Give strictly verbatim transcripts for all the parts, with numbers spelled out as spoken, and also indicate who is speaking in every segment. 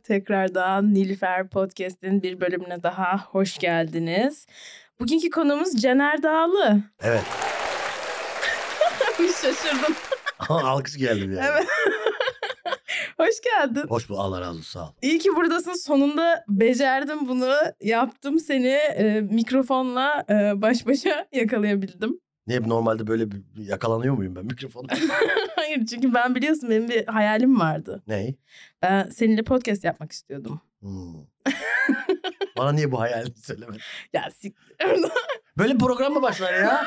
Speaker 1: Tekrardan Nilüfer Podcast'in bir bölümüne daha hoş geldiniz. Bugünkü konumuz Caner Dağlı.
Speaker 2: Evet.
Speaker 1: Bir şaşırdım.
Speaker 2: Alkış geldi yani.
Speaker 1: Evet. Hoş geldin.
Speaker 2: Hoş bulduk. Allah razı olsun. Sağ ol.
Speaker 1: İyi ki buradasın. Sonunda becerdim bunu. Yaptım seni e, mikrofonla e, baş başa yakalayabildim.
Speaker 2: Niye normalde böyle bir yakalanıyor muyum ben mikrofonu?
Speaker 1: Hayır, çünkü ben biliyorsun benim bir hayalim vardı.
Speaker 2: Ney?
Speaker 1: Ben seninle podcast yapmak istiyordum.
Speaker 2: Hmm. Bana niye bu hayalini söylemedin?
Speaker 1: Ya sik...
Speaker 2: Böyle program mı başlar ya?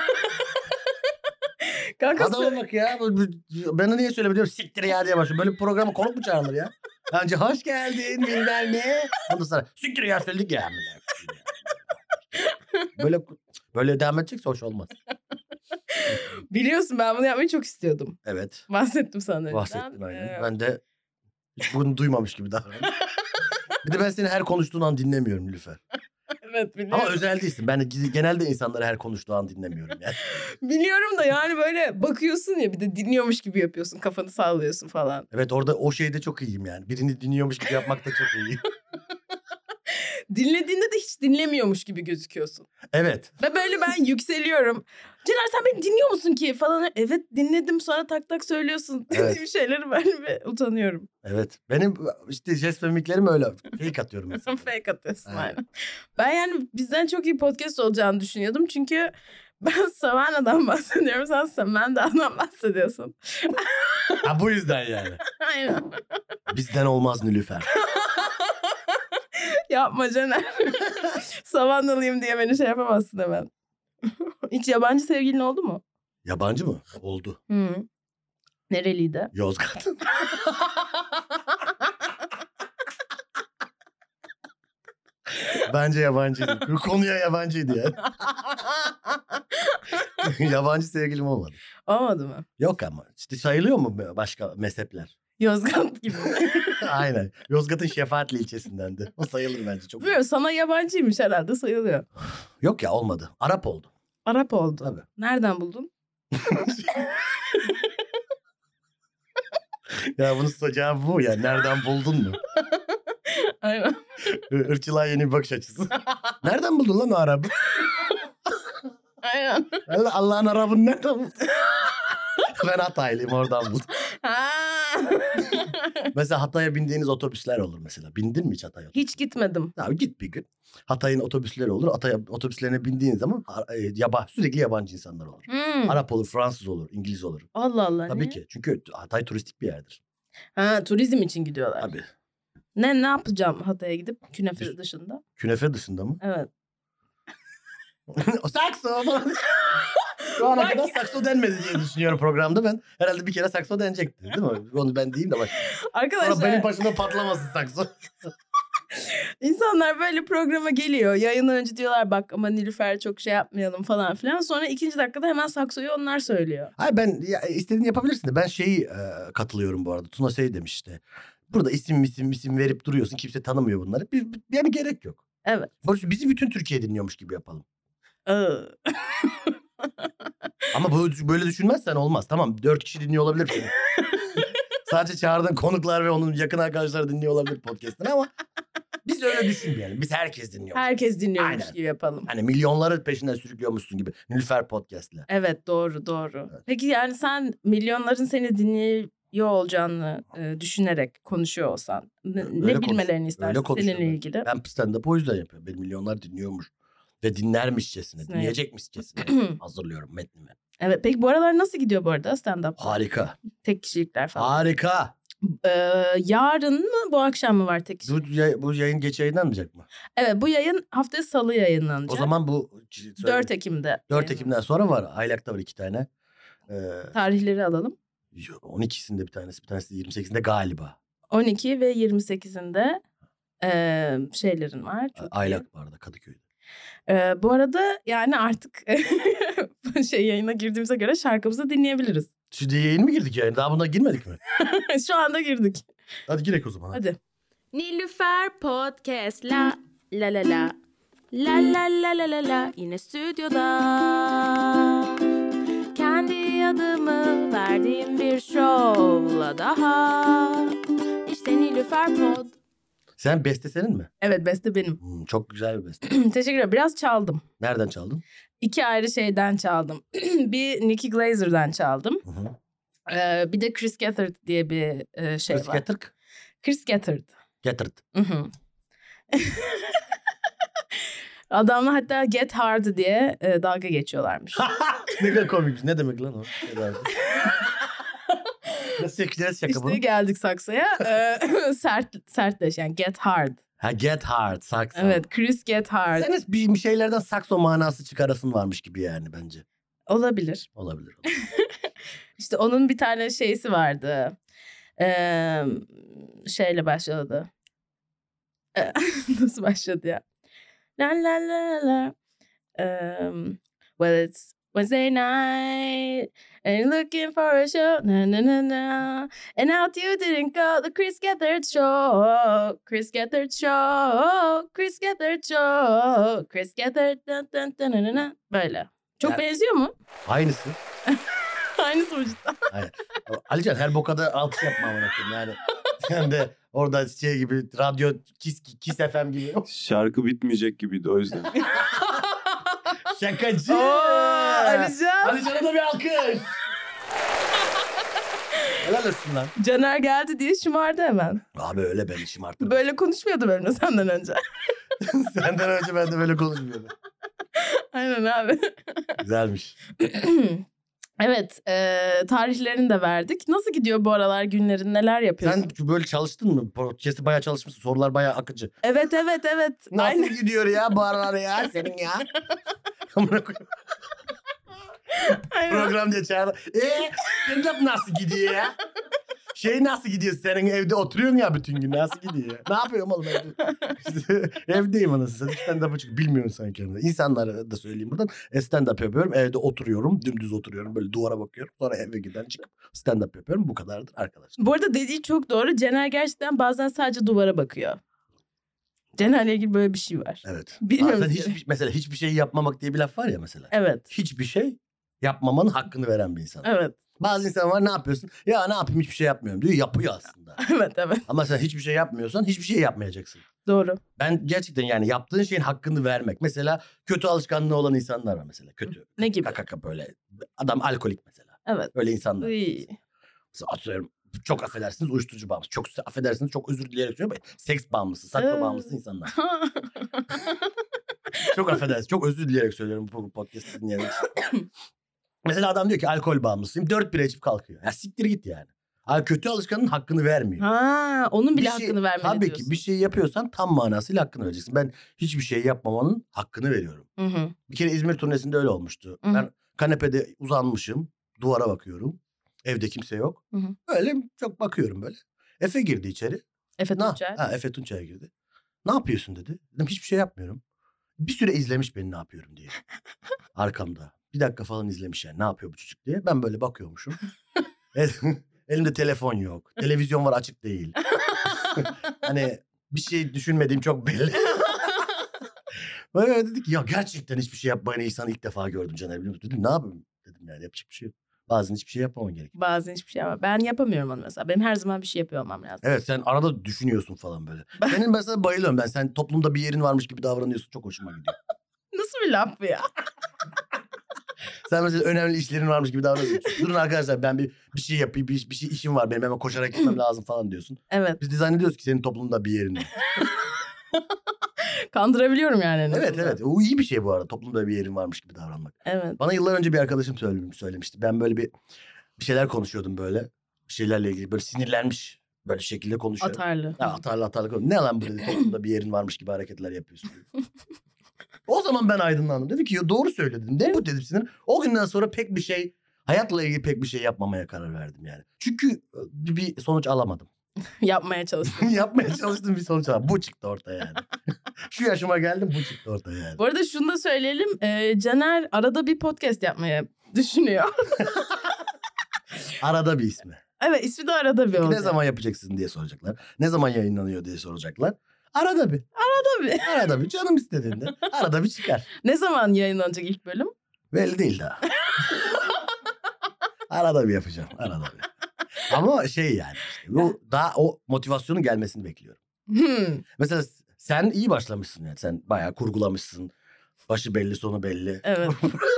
Speaker 1: Kanka
Speaker 2: Adama bak ya. Bana niye söylemedin? Siktir ya diye başlıyor. Böyle bir programa konuk mu çağırılır ya? Önce hoş geldin bilmem ne. Ondan sonra siktir ya söyledik ya. Böyle böyle devam edecekse hoş olmaz.
Speaker 1: Biliyorsun ben bunu yapmayı çok istiyordum.
Speaker 2: Evet.
Speaker 1: Bahsettim sana önceden.
Speaker 2: Bahsettin aynen.
Speaker 1: Ee...
Speaker 2: Ben de hiç bunu duymamış gibi davranıyorum. Bir de ben seni her konuştuğun an dinlemiyorum Nilüfer.
Speaker 1: Evet biliyorum.
Speaker 2: Ama özel değilsin. Ben de genelde insanları her konuştuğu an dinlemiyorum yani.
Speaker 1: Biliyorum da yani böyle bakıyorsun ya, bir de dinliyormuş gibi yapıyorsun. Kafanı sallıyorsun falan.
Speaker 2: Evet, orada o şeyde çok iyiyim yani. Birini dinliyormuş gibi yapmakta çok iyiyim.
Speaker 1: Dinlediğinde de hiç dinlemiyormuş gibi gözüküyorsun.
Speaker 2: Evet.
Speaker 1: Ve böyle ben yükseliyorum. Caner sen beni dinliyor musun ki falan. Evet dinledim, sonra tak tak söylüyorsun.
Speaker 2: Evet.
Speaker 1: Dediğim şeyleri ben bir utanıyorum.
Speaker 2: Evet. Benim işte jest ve mimiklerim öyle. Fake atıyorum mesela.
Speaker 1: Fake atıyorsun
Speaker 2: Evet.
Speaker 1: aynen. Ben yani bizden çok iyi podcast olacağını düşünüyordum. Çünkü ben Savannah'dan bahsediyorum. Sen Samanda'dan bahsediyorsun.
Speaker 2: Ha, bu yüzden yani.
Speaker 1: Aynen.
Speaker 2: Bizden olmaz Nilüfer.
Speaker 1: Yapma Caner. Savannalıyım diye beni şey yapamazsın hemen. Hiç yabancı sevgilin oldu mu?
Speaker 2: Yabancı mı? Oldu.
Speaker 1: Hı. Nereliydi?
Speaker 2: Yozgat. Bence yabancıydı. Bu konuya yabancıydı yani. Yabancı sevgilim olmadı.
Speaker 1: Olmadı mı?
Speaker 2: Yok ama. İşte sayılıyor mu başka mezhepler?
Speaker 1: Yozgat gibi.
Speaker 2: Aynen. Yozgat'ın Şefaatli ilçesindendi. O sayılır bence çok.
Speaker 1: Bilmiyorum, sana yabancıymış herhalde, sayılıyor.
Speaker 2: Yok ya, olmadı. Arap oldu.
Speaker 1: Arap oldu.
Speaker 2: Tabii.
Speaker 1: Nereden buldun?
Speaker 2: Ya bunun sonucu bu ya. Nereden buldun mu?
Speaker 1: Aynen.
Speaker 2: Irkçılığa yeni bir bakış açısı. Nereden buldun lan o Arap'ı?
Speaker 1: Aynen.
Speaker 2: Allah'ın Arap'ını nereden buldun? Ben Hataylıyım, oradan buldum. Mesela Hatay'a bindiğiniz otobüsler olur mesela. Bindin mi hiç Hatay'a?
Speaker 1: Hiç gitmedim.
Speaker 2: Abi git bir gün. Hatay'ın otobüsleri olur. Hatay otobüslerine bindiğin zaman yaba, sürekli yabancı insanlar olur.
Speaker 1: Hmm.
Speaker 2: Arap olur, Fransız olur, İngiliz olur.
Speaker 1: Allah Allah.
Speaker 2: Tabii
Speaker 1: ne?
Speaker 2: ki. Çünkü Hatay turistik bir yerdir.
Speaker 1: Ha, turizm için gidiyorlar.
Speaker 2: Tabii.
Speaker 1: Ne ne yapacağım Hatay'a gidip künefe
Speaker 2: Biz-
Speaker 1: dışında?
Speaker 2: Künefe dışında mı?
Speaker 1: Evet.
Speaker 2: O sakso falan. Şu ana kadar sakso denmedi diye düşünüyorum programda ben. Herhalde bir kere sakso denecekti değil mi? Onu ben diyeyim de bak.
Speaker 1: Arkadaşlar
Speaker 2: Sonra benim başıma patlamasın sakso.
Speaker 1: insanlar böyle programa geliyor. Yayından önce diyorlar bak ama Nilüfer çok şey yapmayalım falan filan. Sonra ikinci dakikada hemen saksoyu onlar söylüyor.
Speaker 2: Hayır, ben ya, istediğini yapabilirsin de ben şeyi e, katılıyorum bu arada. Tuna şey demiş işte. Burada isim isim isim verip duruyorsun. Kimse tanımıyor bunları. Bir, bir- yani gerek yok.
Speaker 1: Evet.
Speaker 2: Bizi bütün Türkiye dinliyormuş gibi yapalım.
Speaker 1: Iı.
Speaker 2: Ama böyle, böyle düşünmezsen olmaz. Tamam, dört kişi dinliyor olabilir seni. Sadece çağırdığın konuklar ve onun yakın arkadaşları dinliyor olabilir podcast'ını ama biz öyle düşünmeyelim. Biz herkes dinliyor.
Speaker 1: Herkes dinliyormuş
Speaker 2: Aynen.
Speaker 1: gibi yapalım.
Speaker 2: Hani milyonları peşinden sürüklüyormuşsun gibi. Nilüfer Podcast'le.
Speaker 1: Evet, doğru doğru.
Speaker 2: Evet.
Speaker 1: Peki yani sen milyonların seni dinliyor olacağını e, düşünerek konuşuyor olsan ne,
Speaker 2: Öyle
Speaker 1: ne
Speaker 2: konuş-
Speaker 1: bilmelerini istersin
Speaker 2: öyle konuşuyorum
Speaker 1: seninle
Speaker 2: ben.
Speaker 1: ilgili?
Speaker 2: Ben stand-up o yüzden yapıyorum. Beni milyonlar dinliyormuş. Ve dinlermişçesine,
Speaker 1: Evet.
Speaker 2: dinleyecekmişçesine hazırlıyorum metnimi.
Speaker 1: Evet, peki bu aralar nasıl gidiyor bu arada stand-up?
Speaker 2: Harika.
Speaker 1: Tek kişilikler falan.
Speaker 2: Harika.
Speaker 1: Ee, yarın mı bu akşam mı var tek kişilik?
Speaker 2: Bu, yay- bu yayın geç yayınlanmayacak mı?
Speaker 1: Evet, bu yayın haftaya salı yayınlanacak.
Speaker 2: O zaman bu...
Speaker 1: dört Ekim'de.
Speaker 2: dört Ekim'den sonra var. Aylak'ta var iki tane. Ee,
Speaker 1: Tarihleri alalım.
Speaker 2: on ikisinde bir tanesi, bir tanesi de yirmi sekizinde galiba.
Speaker 1: on iki ve yirmi sekizinde e, şeylerin var. Çok iyi.
Speaker 2: Aylak bu arada, Kadıköy'de.
Speaker 1: Ee, bu arada yani artık şey yayına girdiğimize göre şarkımızı dinleyebiliriz.
Speaker 2: Şimdi yayın mı girdik yani? Daha buna girmedik mi?
Speaker 1: Şu anda girdik.
Speaker 2: Hadi girek o zaman.
Speaker 1: Hadi.
Speaker 3: Nilüfer Podcast la la la la la la la la la la yine stüdyoda kendi adımı verdiğim bir şovla daha işte Nilüfer Pod.
Speaker 2: Sen beste senin mi?
Speaker 1: Evet, beste benim.
Speaker 2: Hmm, çok güzel bir beste.
Speaker 1: Teşekkür ederim. Biraz çaldım.
Speaker 2: Nereden çaldın?
Speaker 1: İki ayrı şeyden çaldım. Bir Nikki Glazer'dan çaldım.
Speaker 2: Hı hı.
Speaker 1: Ee, bir de Chris Gethard diye bir e, şey
Speaker 2: Chris
Speaker 1: var.
Speaker 2: Gethard.
Speaker 1: Chris Gethard.
Speaker 2: Gethard.
Speaker 1: Hı hı. Adamla hatta Get Hard diye e, dalga geçiyorlarmış.
Speaker 2: Ne kadar komikmiş. Ne demek lan o? Ne derdi? Nasıl yakacağız şaka bunu?
Speaker 1: İşte geldik saksıya. Ee, sert sertleş yani Get Hard.
Speaker 2: Ha get hard. Sakso.
Speaker 1: Evet, Chris Get Hard.
Speaker 2: Sen bir bir şeylerden sakso manası çıkarasın varmış gibi yani bence.
Speaker 1: Olabilir.
Speaker 2: Olabilir. olabilir.
Speaker 1: İşte onun bir tane şeysi vardı. Ee, şeyle başladı. Ee, Nasıl başladı ya? La la la la. Um, well, it's Wednesday night and you're looking for a show. Na na na na. And out you didn't go the Chris Gethard show. Chris Gethard show. Chris Gethard show. Chris Gethard. Dun, dun, dun, dun, dun, dun. Böyle. Çok
Speaker 2: Yani-
Speaker 1: benziyor mu?
Speaker 2: Aynısı.
Speaker 1: Aynısı mı cidden?
Speaker 2: Hayır. Alican her bokada alkış yapma amına koyayım yani. Sen de orada şey gibi radyo Kiss, Kiss F M gibi.
Speaker 4: Şarkı bitmeyecek gibiydi o yüzden.
Speaker 2: Şakacı.
Speaker 1: Oo, Alican.
Speaker 2: Alican'a da bir alkış. Helal olsun lan.
Speaker 1: Caner geldi diye şımardı hemen.
Speaker 2: Abi öyle beni şımarttın.
Speaker 1: Böyle konuşmuyordu benimle senden önce.
Speaker 2: Senden önce ben de böyle konuşmuyordum.
Speaker 1: Aynen abi.
Speaker 2: Güzelmiş.
Speaker 1: Evet, e, tarihlerini de verdik. Nasıl gidiyor bu aralar günlerin? Neler yapıyorsun?
Speaker 2: Sen böyle çalıştın mı? Podcast'ı bayağı çalışmışsın. Sorular bayağı akıcı.
Speaker 1: Evet, evet, evet.
Speaker 2: Nasıl
Speaker 1: Aynen.
Speaker 2: gidiyor ya bu aralar ya senin ya? Amına koyayım.
Speaker 1: Aynen.
Speaker 2: Program diye çağırdı. Eee stand-up nasıl gidiyor ya? Şey nasıl gidiyor? Senin evde oturuyorsun ya bütün gün. Nasıl gidiyor ya? Ne yapıyorum oğlum evde? İşte evdeyim anasını. Stand-up'ı çünkü bilmiyorsun sanki. İnsanlara da söyleyeyim buradan. E, stand-up yapıyorum. Evde oturuyorum. Dümdüz oturuyorum. Böyle duvara bakıyorum. Sonra eve giden çıkıp stand-up yapıyorum. Bu kadardır arkadaşlar.
Speaker 1: Bu arada dediği çok doğru. Caner gerçekten bazen sadece duvara bakıyor. Caner'le ilgili böyle bir şey var.
Speaker 2: Evet.
Speaker 1: Bilmiyorum
Speaker 2: Bazen
Speaker 1: seni.
Speaker 2: hiçbir, mesela hiçbir şey yapmamak diye bir laf var ya mesela.
Speaker 1: Evet,
Speaker 2: Hiçbir şey yapmamanın hakkını veren bir insan.
Speaker 1: evet,
Speaker 2: Bazı insan var ne yapıyorsun? Ya ne yapayım hiçbir şey yapmıyorum diyor. Yapıyor aslında.
Speaker 1: evet, evet.
Speaker 2: Ama sen hiçbir şey yapmıyorsan hiçbir şey yapmayacaksın.
Speaker 1: Doğru.
Speaker 2: Ben gerçekten yani yaptığın şeyin hakkını vermek. Mesela kötü alışkanlığı olan insanlar var mesela. Kötü.
Speaker 1: Ne gibi?
Speaker 2: Kaka böyle. Adam alkolik mesela.
Speaker 1: Evet.
Speaker 2: Öyle insanlar.
Speaker 1: Uy.
Speaker 2: Mesela atıyorum çok affedersiniz uyuşturucu bağımlısı. Çok affedersiniz çok özür dileyerek söylüyorum. Seks bağımlısı, sakso
Speaker 1: Ee.
Speaker 2: bağımlısı insanlar. Çok affedersiniz. Çok özür dileyerek söylüyorum bu podcast'ı dinleyenler için. Mesela adam diyor ki alkol bağımlısıyım. Dört bira içip kalkıyor. Ya siktir git yani. Abi kötü alışkanlığın hakkını vermiyor.
Speaker 1: Ha, onun bile
Speaker 2: Bir şey-
Speaker 1: hakkını vermeli
Speaker 2: Tabii
Speaker 1: diyorsun.
Speaker 2: ki bir şey yapıyorsan tam manasıyla hakkını vereceksin. Ben hiçbir şey yapmamanın hakkını veriyorum.
Speaker 1: Hı hı.
Speaker 2: Bir kere İzmir turnesinde öyle olmuştu.
Speaker 1: Hı hı.
Speaker 2: Ben kanepede uzanmışım. Duvara bakıyorum. Evde kimse yok.
Speaker 1: Hı hı.
Speaker 2: Öyle çok bakıyorum böyle. Efe girdi içeri.
Speaker 1: Efe
Speaker 2: Na,
Speaker 1: Tunçer.
Speaker 2: ha, Efe Tunçer'e girdi. Ne yapıyorsun dedi. Dedim hiçbir şey yapmıyorum. Bir süre izlemiş beni ne yapıyorum diye. Arkamda. Bir dakika falan izlemiş yani ne yapıyor bu çocuk diye. Ben böyle bakıyormuşum. El- Elimde telefon yok. Televizyon var açık değil. Hani bir şey düşünmediğim çok belli. Böyle dedik ya gerçekten hiçbir şey yapmayan insanı ilk defa gördüm Caner biliyor musun? Dedim ne yapayım? Dedim yani yapacak bir şey yok. Bazen hiçbir şey yapmaman gerekiyor.
Speaker 1: Bazen hiçbir şey yapamam. Ben yapamıyorum onu mesela. Benim her zaman bir şey yapıyor olmam lazım.
Speaker 2: Evet sen arada düşünüyorsun falan böyle. Senin mesela bayılıyorum ben. Sen toplumda bir yerin varmış gibi davranıyorsun. Çok hoşuma gidiyor.
Speaker 1: Nasıl bir laf bu ya?
Speaker 2: Sen mesela önemli işlerin varmış gibi davranıyorsun. Durun arkadaşlar ben bir bir şey yapayım. Bir, bir şey işim var benim hemen koşarak gitmem lazım falan diyorsun.
Speaker 1: Evet.
Speaker 2: Biz de zannediyoruz ki senin toplumda bir yerin var.
Speaker 1: Kandırabiliyorum yani. en
Speaker 2: Evet
Speaker 1: azından.
Speaker 2: evet. O iyi bir şey bu arada. Toplumda bir yerin varmış gibi davranmak.
Speaker 1: Evet.
Speaker 2: Bana yıllar önce bir arkadaşım söylemiş- söylemişti. Ben böyle bir bir şeyler konuşuyordum böyle. Bir şeylerle ilgili böyle sinirlenmiş böyle şekilde konuşuyorum.
Speaker 1: Atarlı.
Speaker 2: Ya atarlı atarlı konuş. Ne lan bu dedi toplumda bir yerin varmış gibi hareketler yapıyorsun. dedi. O zaman ben aydınlandım. Dedi ki ya doğru söyledin. Ne bu dedim sinir. O günden sonra pek bir şey hayatla ilgili pek bir şey yapmamaya karar verdim yani. Çünkü bir, bir sonuç alamadım.
Speaker 1: Yapmaya çalıştım.
Speaker 2: Yapmaya çalıştım bir sonuç alamadım. Bu çıktı ortaya yani. Şu yaşıma geldim bu çıktı ortaya yani.
Speaker 1: Bu arada şunu da söyleyelim. E, Caner arada bir podcast yapmaya düşünüyor.
Speaker 2: Arada bir ismi.
Speaker 1: Evet, ismi de arada bir
Speaker 2: Çünkü
Speaker 1: olacak.
Speaker 2: ne zaman yapacaksın diye soracaklar. Ne zaman yayınlanıyor diye soracaklar. Arada bir.
Speaker 1: Tabii.
Speaker 2: Arada bir canım istediğinde. Arada bir çıkar.
Speaker 1: Ne zaman yayınlanacak ilk bölüm?
Speaker 2: Belli değil daha. Arada bir yapacağım. Arada bir. Ama şey yani. Işte, bu daha o motivasyonun gelmesini bekliyorum.
Speaker 1: Hmm.
Speaker 2: Mesela sen iyi başlamışsın yani. Sen bayağı kurgulamışsın. Başı belli, sonu belli.
Speaker 1: Evet.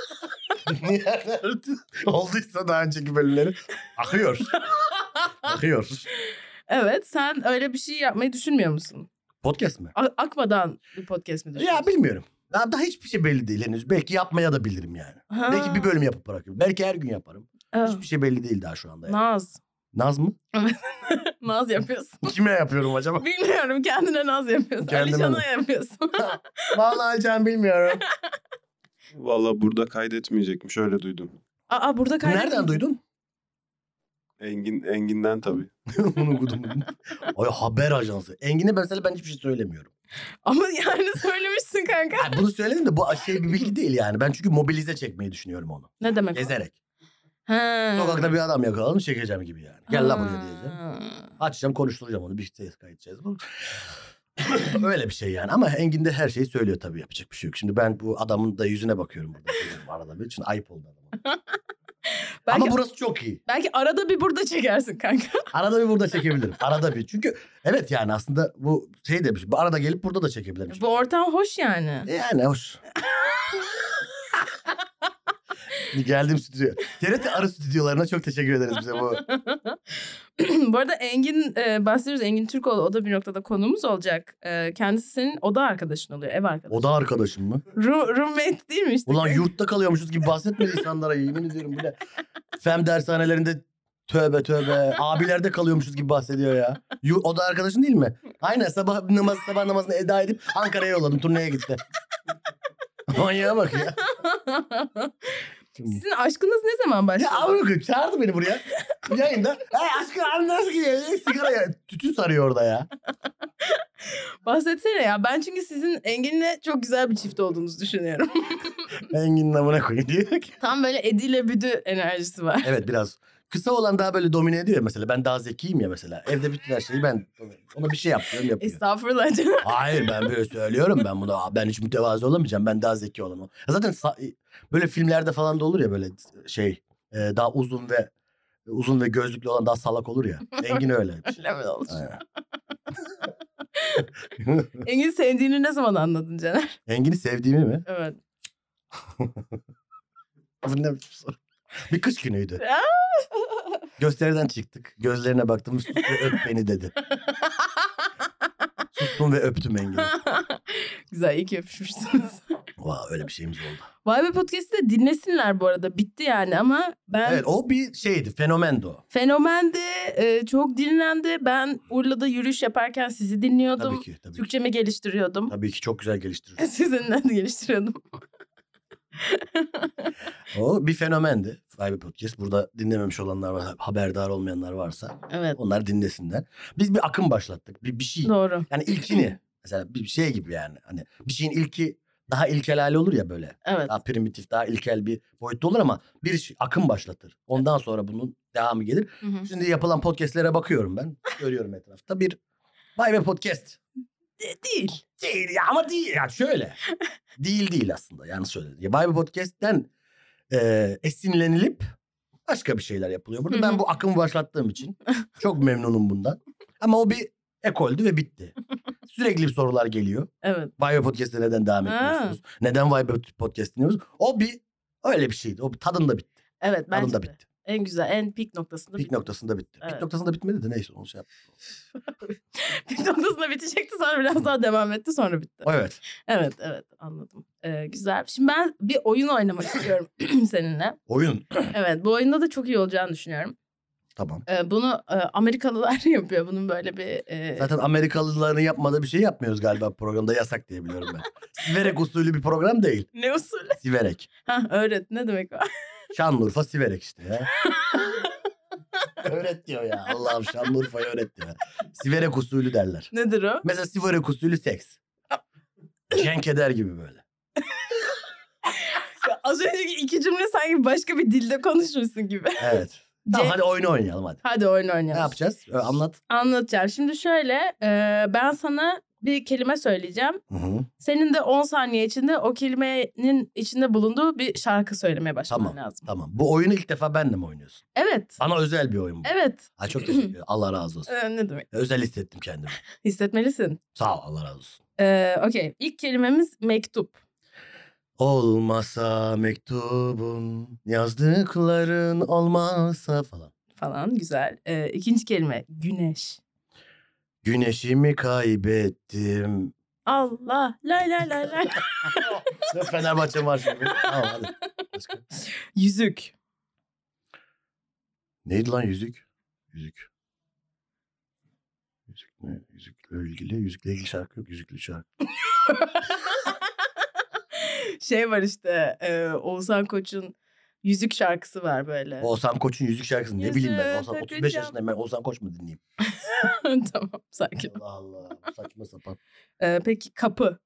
Speaker 2: Olduysa daha önceki bölümleri akıyor. akıyor.
Speaker 1: Evet, sen öyle bir şey yapmayı düşünmüyor musun?
Speaker 2: Podcast mi?
Speaker 1: A- akmadan bir podcast mi düşünüyorsun?
Speaker 2: Ya bilmiyorum. Daha, daha hiçbir şey belli değil henüz. Belki yapmaya da bilirim yani.
Speaker 1: Ha.
Speaker 2: Belki bir bölüm yapıp bırakırım. Belki her gün yaparım.
Speaker 1: Evet.
Speaker 2: Hiçbir şey belli değil daha şu anda. Yani.
Speaker 1: Naz.
Speaker 2: Naz mı?
Speaker 1: Naz yapıyorsun.
Speaker 2: Kime yapıyorum acaba?
Speaker 1: Bilmiyorum, kendine naz yapıyorsun.
Speaker 2: Kendime
Speaker 1: Alişan'a
Speaker 2: mi?
Speaker 1: yapıyorsun.
Speaker 2: Vallahi Alcan bilmiyorum.
Speaker 4: Valla burada kaydetmeyecekmiş öyle duydum.
Speaker 1: Aa, burada kaydettim.
Speaker 2: Nereden duydun?
Speaker 4: Engin Engin'den tabii.
Speaker 2: Bunu kudum. Ay haber ajansı. Engin'e mesela ben hiçbir şey söylemiyorum.
Speaker 1: Ama yani söylemişsin kanka.
Speaker 2: Yani bunu söyledim de bu şey bir bilgi değil yani. Ben çünkü mobilize çekmeyi düşünüyorum onu.
Speaker 1: Ne demek o?
Speaker 2: Gezerek.
Speaker 1: Ha.
Speaker 2: Sokakta bir adam yakaladım çekeceğim gibi yani. Gel la buraya
Speaker 1: Ha.
Speaker 2: diyeceğim. Açacağım konuşturacağım onu. Bir ses kaydedeceğiz. Öyle bir şey yani. Ama Engin de her şeyi söylüyor tabii. Yapacak bir şey yok. Şimdi ben bu adamın da yüzüne bakıyorum burada. Arada bir. Şimdi ayıp oldu adama.
Speaker 1: Belki,
Speaker 2: Ama burası çok iyi.
Speaker 1: belki arada bir burada çekersin kanka.
Speaker 2: Arada bir burada çekebilirim. Arada bir. Çünkü evet yani aslında bu şey demiş. Bu arada gelip burada da çekebilirim.
Speaker 1: Bu ortam hoş yani.
Speaker 2: E Yani hoş. Geldim stüdyo. T R T Arı stüdyolarına çok teşekkür ederiz bize bu.
Speaker 1: Bu arada Engin e, bahsediyoruz. Engin Türkoğlu o da bir noktada konuğumuz olacak. E, kendisi senin oda arkadaşın oluyor. Ev arkadaşın.
Speaker 2: Oda arkadaşım mı?
Speaker 1: Ru- roommate değil mi işte?
Speaker 2: Ulan yurtta kalıyormuşuz gibi bahsetme insanlara. Yemin ediyorum bu ne? Fen dershanelerinde tövbe tövbe. Abilerde kalıyormuşuz gibi bahsediyor ya. Yu- Oda arkadaşın değil mi? Aynen sabah namaz sabah namazını eda edip Ankara'ya yolladım. Turneye gitti. Manyağa bak ya.
Speaker 1: Sizin aşkınız ne zaman başladı?
Speaker 2: Ya Avrupa çağırdı beni buraya. Yayında. Hey aşkım abi nasıl gidiyor? Sigara ya. Tütün sarıyor orada ya.
Speaker 1: Bahsetsene ya. Ben çünkü sizin Engin'le çok güzel bir çift olduğunuzu düşünüyorum.
Speaker 2: Engin'in amına koyayım diyor ki.
Speaker 1: Tam böyle Edi ile Büdü enerjisi var.
Speaker 2: Evet biraz. Kısa olan daha böyle domine ediyor ya mesela. Ben daha zekiyim ya mesela. Evde bütün her şeyi ben ona bir şey yapıyorum yapıyor.
Speaker 1: Estağfurullah canım.
Speaker 2: Hayır ben böyle söylüyorum ben bunu. Ben hiç mütevazı olamayacağım. Ben daha zeki olamam. Ya zaten sa- böyle filmlerde falan da olur ya böyle şey e, daha uzun ve uzun ve gözlüklü olan daha salak olur ya. Engin öyle.
Speaker 1: Öyle mi olur?
Speaker 2: Aynen.
Speaker 1: Engin sevdiğini ne zaman anladın Caner?
Speaker 2: Engin'i sevdiğimi mi?
Speaker 1: Evet.
Speaker 2: Bu ne biçim soru? Bir kış günüydü. Gösteriden çıktık. Gözlerine baktım. Sus ve öp beni dedi. Sustum ve öptüm Engin'i.
Speaker 1: Güzel, iyi ki öpüşmüşsünüz.
Speaker 2: Vay öyle bir şeyimiz oldu.
Speaker 1: Vay be podcast'ı da dinlesinler bu arada. Bitti yani ama ben...
Speaker 2: Evet o bir şeydi. Fenomendi o.
Speaker 1: Fenomendi, e, çok dinlendi. Ben Urla'da yürüyüş yaparken sizi dinliyordum.
Speaker 2: Tabii ki. Tabii ki.
Speaker 1: Türkçemi geliştiriyordum.
Speaker 2: Tabii ki çok güzel geliştiririz.
Speaker 1: Sizinle de geliştiriyordum.
Speaker 2: O bir fenomendi. Vay Podcast. Burada dinlememiş olanlar var. Haberdar olmayanlar varsa
Speaker 1: Evet,
Speaker 2: onlar dinlesinler. Biz bir akım başlattık. Bir, bir şey.
Speaker 1: doğru.
Speaker 2: Yani ilkini. Mesela bir şey gibi yani. Hani bir şeyin ilki daha ilkel hali olur ya böyle.
Speaker 1: Evet.
Speaker 2: Daha primitif, daha ilkel bir boyutta olur ama bir şey, akım başlatır. Ondan sonra bunun devamı gelir.
Speaker 1: Hı hı.
Speaker 2: Şimdi yapılan podcastlere bakıyorum ben. Görüyorum etrafta bir Vay be Podcast.
Speaker 1: De- değil.
Speaker 2: Değil ya ama değil. Ya şöyle. değil değil aslında. Yanlış söyledim. Ya Vay be Podcast'ten e, esinlenilip başka bir şeyler yapılıyor. Burada
Speaker 1: Hı hı.
Speaker 2: ben bu akımı başlattığım için çok memnunum bundan. Ama o bir ekoldü ve bitti. Sürekli bir sorular geliyor.
Speaker 1: Evet.
Speaker 2: Vay be Podcast'e neden devam
Speaker 1: Ha.
Speaker 2: etmiyorsunuz? Neden Vay be Podcast dinliyoruz? O bir öyle bir şeydi. O bir tadında bitti.
Speaker 1: Evet, bence
Speaker 2: Tadında
Speaker 1: de.
Speaker 2: bitti.
Speaker 1: En güzel, en pik noktasında
Speaker 2: Pik
Speaker 1: bitti.
Speaker 2: noktasında bitti.
Speaker 1: Evet.
Speaker 2: Pik noktasında bitmedi de neyse onu şey yap.
Speaker 1: Pik noktasında bitecekti, sonra biraz daha devam etti, sonra bitti.
Speaker 2: Evet.
Speaker 1: Evet, evet, anladım. Ee, güzel. Şimdi ben bir oyun oynamak istiyorum seninle.
Speaker 2: Oyun.
Speaker 1: Evet, bu oyunda da çok iyi olacağını düşünüyorum.
Speaker 2: Tamam.
Speaker 1: Ee, bunu e, Amerikalılar yapıyor. Bunun böyle bir... e,
Speaker 2: Zaten Amerikalıların yapmadığı bir şey yapmıyoruz galiba programda. Yasak diye biliyorum ben. Siverek usulü bir program değil.
Speaker 1: Ne usulü?
Speaker 2: Siverek.
Speaker 1: Ha, öğret. Ne demek o?
Speaker 2: Şanlıurfa Siverek işte ya. öğret diyor ya. Allah'ım Şanlıurfa'yı öğret diyor. Siverek usulü derler.
Speaker 1: Nedir o?
Speaker 2: Mesela Siverek usulü seks. Cenk eder gibi böyle.
Speaker 1: Ya, az önceki iki cümle sanki başka bir dilde konuşursun gibi.
Speaker 2: Evet. Tamam
Speaker 1: Cenk-
Speaker 2: hadi oyunu oynayalım hadi.
Speaker 1: Hadi oyun
Speaker 2: Ne
Speaker 1: oynayalım.
Speaker 2: yapacağız? Ee, anlat.
Speaker 1: Anlatacağım. Şimdi şöyle, e, ben sana bir kelime söyleyeceğim.
Speaker 2: Hı hı.
Speaker 1: Senin de on saniye içinde o kelimenin içinde bulunduğu bir şarkı söylemeye başlaman
Speaker 2: Tamam.
Speaker 1: lazım.
Speaker 2: Tamam. Bu oyunu ilk defa benle mi oynuyorsun?
Speaker 1: Evet.
Speaker 2: Bana özel bir oyun bu.
Speaker 1: Evet.
Speaker 2: Ay çok teşekkür ederim. Allah razı olsun.
Speaker 1: Ee, ne demek?
Speaker 2: Özel hissettim kendimi.
Speaker 1: Hissetmelisin.
Speaker 2: Sağ ol, Allah razı olsun.
Speaker 1: Ee, Okey. İlk kelimemiz mektup.
Speaker 2: Olmasa mektubun, yazdıkların olmasa falan.
Speaker 1: Falan güzel. Ee, ikinci kelime güneş.
Speaker 2: Güneşimi kaybettim.
Speaker 1: Allah. Lay lay lay lay.
Speaker 2: Nasıl Fenerbahçe var şimdi? Tamam hadi. Başka.
Speaker 1: Yüzük.
Speaker 2: Neydi lan yüzük? Yüzük. Yüzük ne? Yüzükle ilgili. Yüzükle ilgili şarkı yok. Yüzüklü şarkı.
Speaker 1: Şey var işte e, Oğuzhan Koç'un Yüzük şarkısı var böyle.
Speaker 2: Oğuzhan Koç'un yüzük şarkısını ne bileyim ben.
Speaker 1: Yüzük
Speaker 2: Oğuzhan, otuz beş
Speaker 1: takacağım.
Speaker 2: yaşındayım ben. Oğuzhan Koç mu dinleyeyim?
Speaker 1: Tamam sakin.
Speaker 2: Allah Allah. Bu saçma sapan.
Speaker 1: Ee, peki kapı.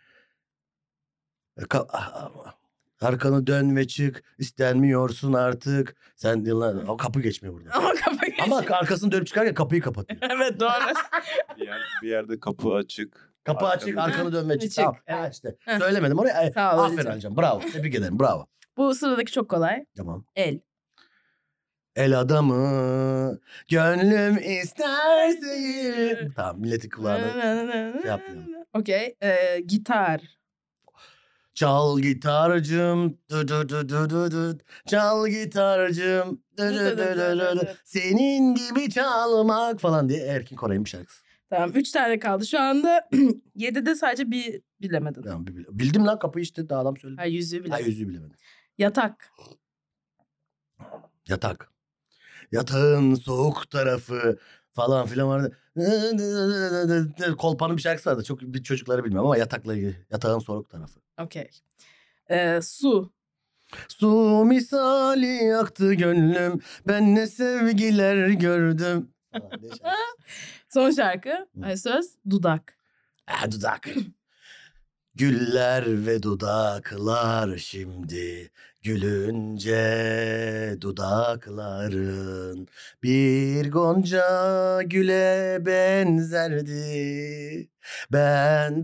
Speaker 2: E, ka- ah, ah. Arkanı dön ve çık. İstenmiyorsun artık. Sen yıllar... Ama kapı geçmiyor burada.
Speaker 1: Ama kapı
Speaker 2: Ama arkasını dönüp çıkarken kapıyı kapatıyor.
Speaker 1: Evet doğru.
Speaker 4: Bir, yer, bir yerde kapı açık.
Speaker 2: Kapı
Speaker 4: Arkanı
Speaker 2: açık,
Speaker 4: dön.
Speaker 2: arkanı dön ve çık.
Speaker 1: Çık,
Speaker 2: Tamam.
Speaker 1: evet.
Speaker 2: Ha işte.
Speaker 1: Heh.
Speaker 2: Söylemedim oraya. Ay,
Speaker 1: Sağ ol,
Speaker 2: aferin
Speaker 1: Alican.
Speaker 2: Alican. Bravo. Tebrik ederim. Bravo.
Speaker 1: Bu sıradaki çok kolay.
Speaker 2: Tamam.
Speaker 1: El.
Speaker 2: El adamı gönlüm isterse. Tamam milletin kulağına şey yapmayalım.
Speaker 1: Okey. Ee, gitar.
Speaker 2: Çal gitarcım. Du du du du du du. Çal gitarcım. Du du du du du du. Senin gibi çalmak falan diye Erkin Koray'ın bir şarkısı.
Speaker 1: Tamam. Üç tane kaldı. Şu anda yedide sadece bir bilemedin.
Speaker 2: Tamam, bir- bir- bildim lan kapıyı işte daha adam söyledi.
Speaker 1: Ha yüzüğü
Speaker 2: Ha
Speaker 1: bilemedin.
Speaker 2: yüzüğü bilemedim.
Speaker 1: Yatak.
Speaker 2: Yatak. Yatağın soğuk tarafı falan filan vardı. Kolpa'nın bir şarkısı vardı. Çok bir çocukları bilmiyorum ama yatakla ilgili. Yatağın soğuk tarafı.
Speaker 1: Okey. Ee, su.
Speaker 2: Su misali yaktı gönlüm. Ben ne sevgiler gördüm. Falan diye şarkı.
Speaker 1: Son şarkı. Ee, söz. Dudak.
Speaker 2: Ha, dudak. Güller ve dudaklar şimdi gülünce dudakların bir gonca güle benzerdi. Ben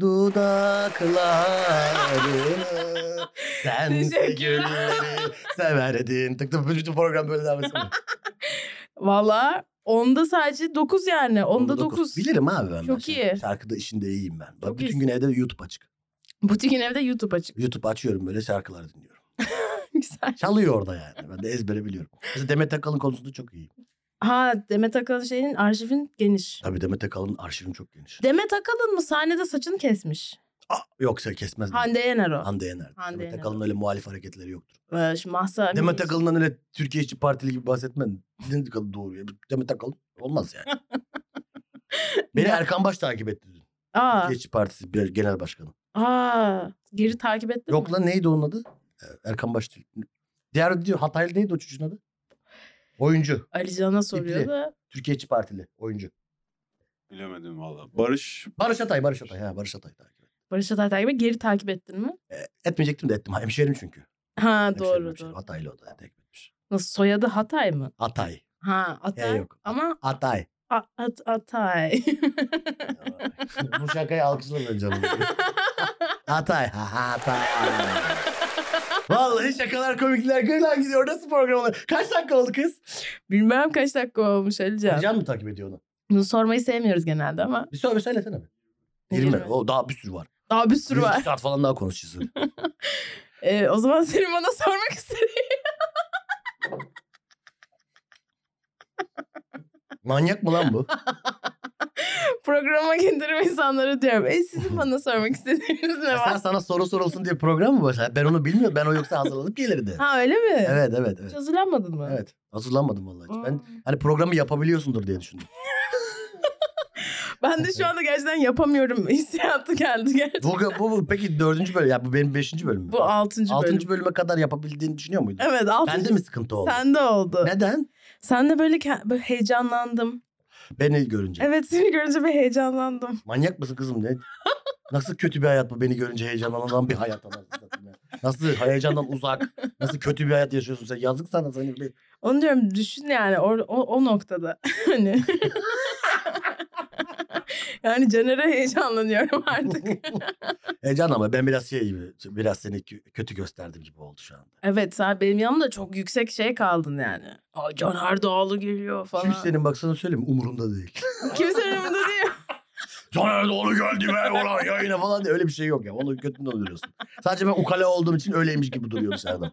Speaker 2: dudaklarını sense
Speaker 1: Teşekkürler.
Speaker 2: gülleri severdin. Tık tık bütün program böyle devam etsin.
Speaker 1: Valla onda sadece dokuz yani. Onda dokuz.
Speaker 2: Bilirim abi ben.
Speaker 1: Çok
Speaker 2: ben
Speaker 1: iyi.
Speaker 2: şarkı- Şarkıda işinde iyiyim ben. Bak,
Speaker 1: Çok
Speaker 2: bütün
Speaker 1: iyisin.
Speaker 2: gün evde YouTube açık.
Speaker 1: Butikin evde YouTube açık.
Speaker 2: YouTube açıyorum böyle şarkılar dinliyorum.
Speaker 1: Güzel.
Speaker 2: Çalıyor orada yani. Ben de ezbere biliyorum. Mesela Demet Akalın konusunda çok iyiyim.
Speaker 1: Ha Demet Akalın şeyin arşivin geniş.
Speaker 2: Tabii Demet Akalın arşivim çok geniş.
Speaker 1: Demet Akalın mı sahnede saçını kesmiş?
Speaker 2: Aa, yoksa kesmez. mi?
Speaker 1: Hande Yener o.
Speaker 2: Hande Yener.
Speaker 1: Hande
Speaker 2: Demet
Speaker 1: Yener.
Speaker 2: Akalın öyle muhalif hareketleri yoktur.
Speaker 1: Ee, şimdi Mahsa
Speaker 2: Demet Akalın'dan öyle Türkiye İşçi Partili gibi bahsetmen. Demet Akalın doğru ya. Demet Akalın olmaz yani. Beni
Speaker 1: Ya-
Speaker 2: Erkan Baş takip etti dün.
Speaker 1: Aa,
Speaker 2: Türkiye İşçi Partisi bir genel başkanı.
Speaker 1: aa, geri takip ettin
Speaker 2: Yok
Speaker 1: mi?
Speaker 2: lan neydi onun adı? Ee, Erkan Baş değil. Diğer diyor Hataylı neydi o çocuğun adı? Oyuncu.
Speaker 1: Ali Can'a soruyor
Speaker 2: İpli.
Speaker 1: da.
Speaker 2: Türkiye İşçi Partili oyuncu.
Speaker 4: Bilemedim valla. Barış.
Speaker 2: Barış Atay, Barış Atay. Ha, Barış Atay takip et.
Speaker 1: Barış Atay takip et. Geri takip ettin mi?
Speaker 2: Etmeyecektim de ettim. Hemşerim çünkü.
Speaker 1: Ha
Speaker 2: Hemşerim,
Speaker 1: doğru
Speaker 2: hemşerim.
Speaker 1: doğru.
Speaker 2: Hataylı o da takip etmiş.
Speaker 1: Nasıl soyadı Hatay mı?
Speaker 2: Atay.
Speaker 1: Ha Atay.
Speaker 2: Ya yok.
Speaker 1: Ama
Speaker 2: Atay.
Speaker 1: A- at Atay.
Speaker 2: Bu şakayı alkışlamıyorum canım. Atay. Ha, ha, Atay. Vallahi şakalar komikler gırlan gidiyor. Nasıl program oluyor? Kaç dakika oldu kız?
Speaker 1: Bilmem kaç dakika olmuş Ali Can.
Speaker 2: Can mı takip ediyor onu?
Speaker 1: Bunu sormayı sevmiyoruz genelde ama.
Speaker 2: Bir söyle söylesene bir. yirmi.
Speaker 1: Yirmi.
Speaker 2: O daha bir sürü var.
Speaker 1: Daha bir sürü
Speaker 2: Bir iki
Speaker 1: var.
Speaker 2: saat falan daha konuşacağız.
Speaker 1: Ee, o zaman senin bana sormak istediğin.
Speaker 2: Manyak mı lan bu?
Speaker 1: Programa gönderim insanlara diyorum. E sizin bana sormak istediğiniz ne
Speaker 2: Sen
Speaker 1: var?
Speaker 2: sana soru sorulsun diye program mı başlar? Ben onu bilmiyorum. Ben o yoksa hazırlanıp gelirdi.
Speaker 1: Ha öyle mi?
Speaker 2: Evet evet evet.
Speaker 1: Hiç hazırlanmadın mı?
Speaker 2: Evet. Hazırlanmadım vallahi. hiç. Ben
Speaker 1: Aa.
Speaker 2: hani programı yapabiliyorsundur diye düşündüm.
Speaker 1: Ben de şu anda gerçekten yapamıyorum. Hissiyatı geldi gerçekten.
Speaker 2: Bu, bu, bu peki dördüncü bölüm. Ya bu benim beşinci bölümüm.
Speaker 1: Bu altıncı bölüm.
Speaker 2: Altıncı bölüme kadar yapabildiğini düşünüyor muydun?
Speaker 1: Evet altıncı.
Speaker 2: Bende mi sıkıntı oldu?
Speaker 1: Sende oldu.
Speaker 2: Neden?
Speaker 1: Sen de böyle, ke- böyle heyecanlandım.
Speaker 2: Beni görünce.
Speaker 1: Evet seni görünce bir heyecanlandım.
Speaker 2: Manyak mısın kızım ne? Nasıl kötü bir hayat bu beni görünce heyecanlanan bir hayat anasını satayım ya. Nasıl heyecandan uzak, nasıl kötü bir hayat yaşıyorsun sen? Yazık sana seni. Bir...
Speaker 1: Onu diyorum düşün yani o, o, o noktada. Hani. Yani Caner'e heyecanlanıyorum artık.
Speaker 2: E can ama ben biraz şey gibi, biraz seni kö- kötü gösterdim gibi oldu şu anda.
Speaker 1: Evet sen benim yanımda çok yüksek şey kaldın yani. Aa, Caner Doğulu geliyor falan.
Speaker 2: Kimsenin bak sana söyleyeyim umurunda değil.
Speaker 1: Kimsenin umurunda değil.
Speaker 2: Caner Doğulu geldi be ulan yayına falan diye öyle bir şey yok ya. Onu götünden duruyorsun. Sadece ben ukala olduğum için öyleymiş gibi duruyor dışarıdan.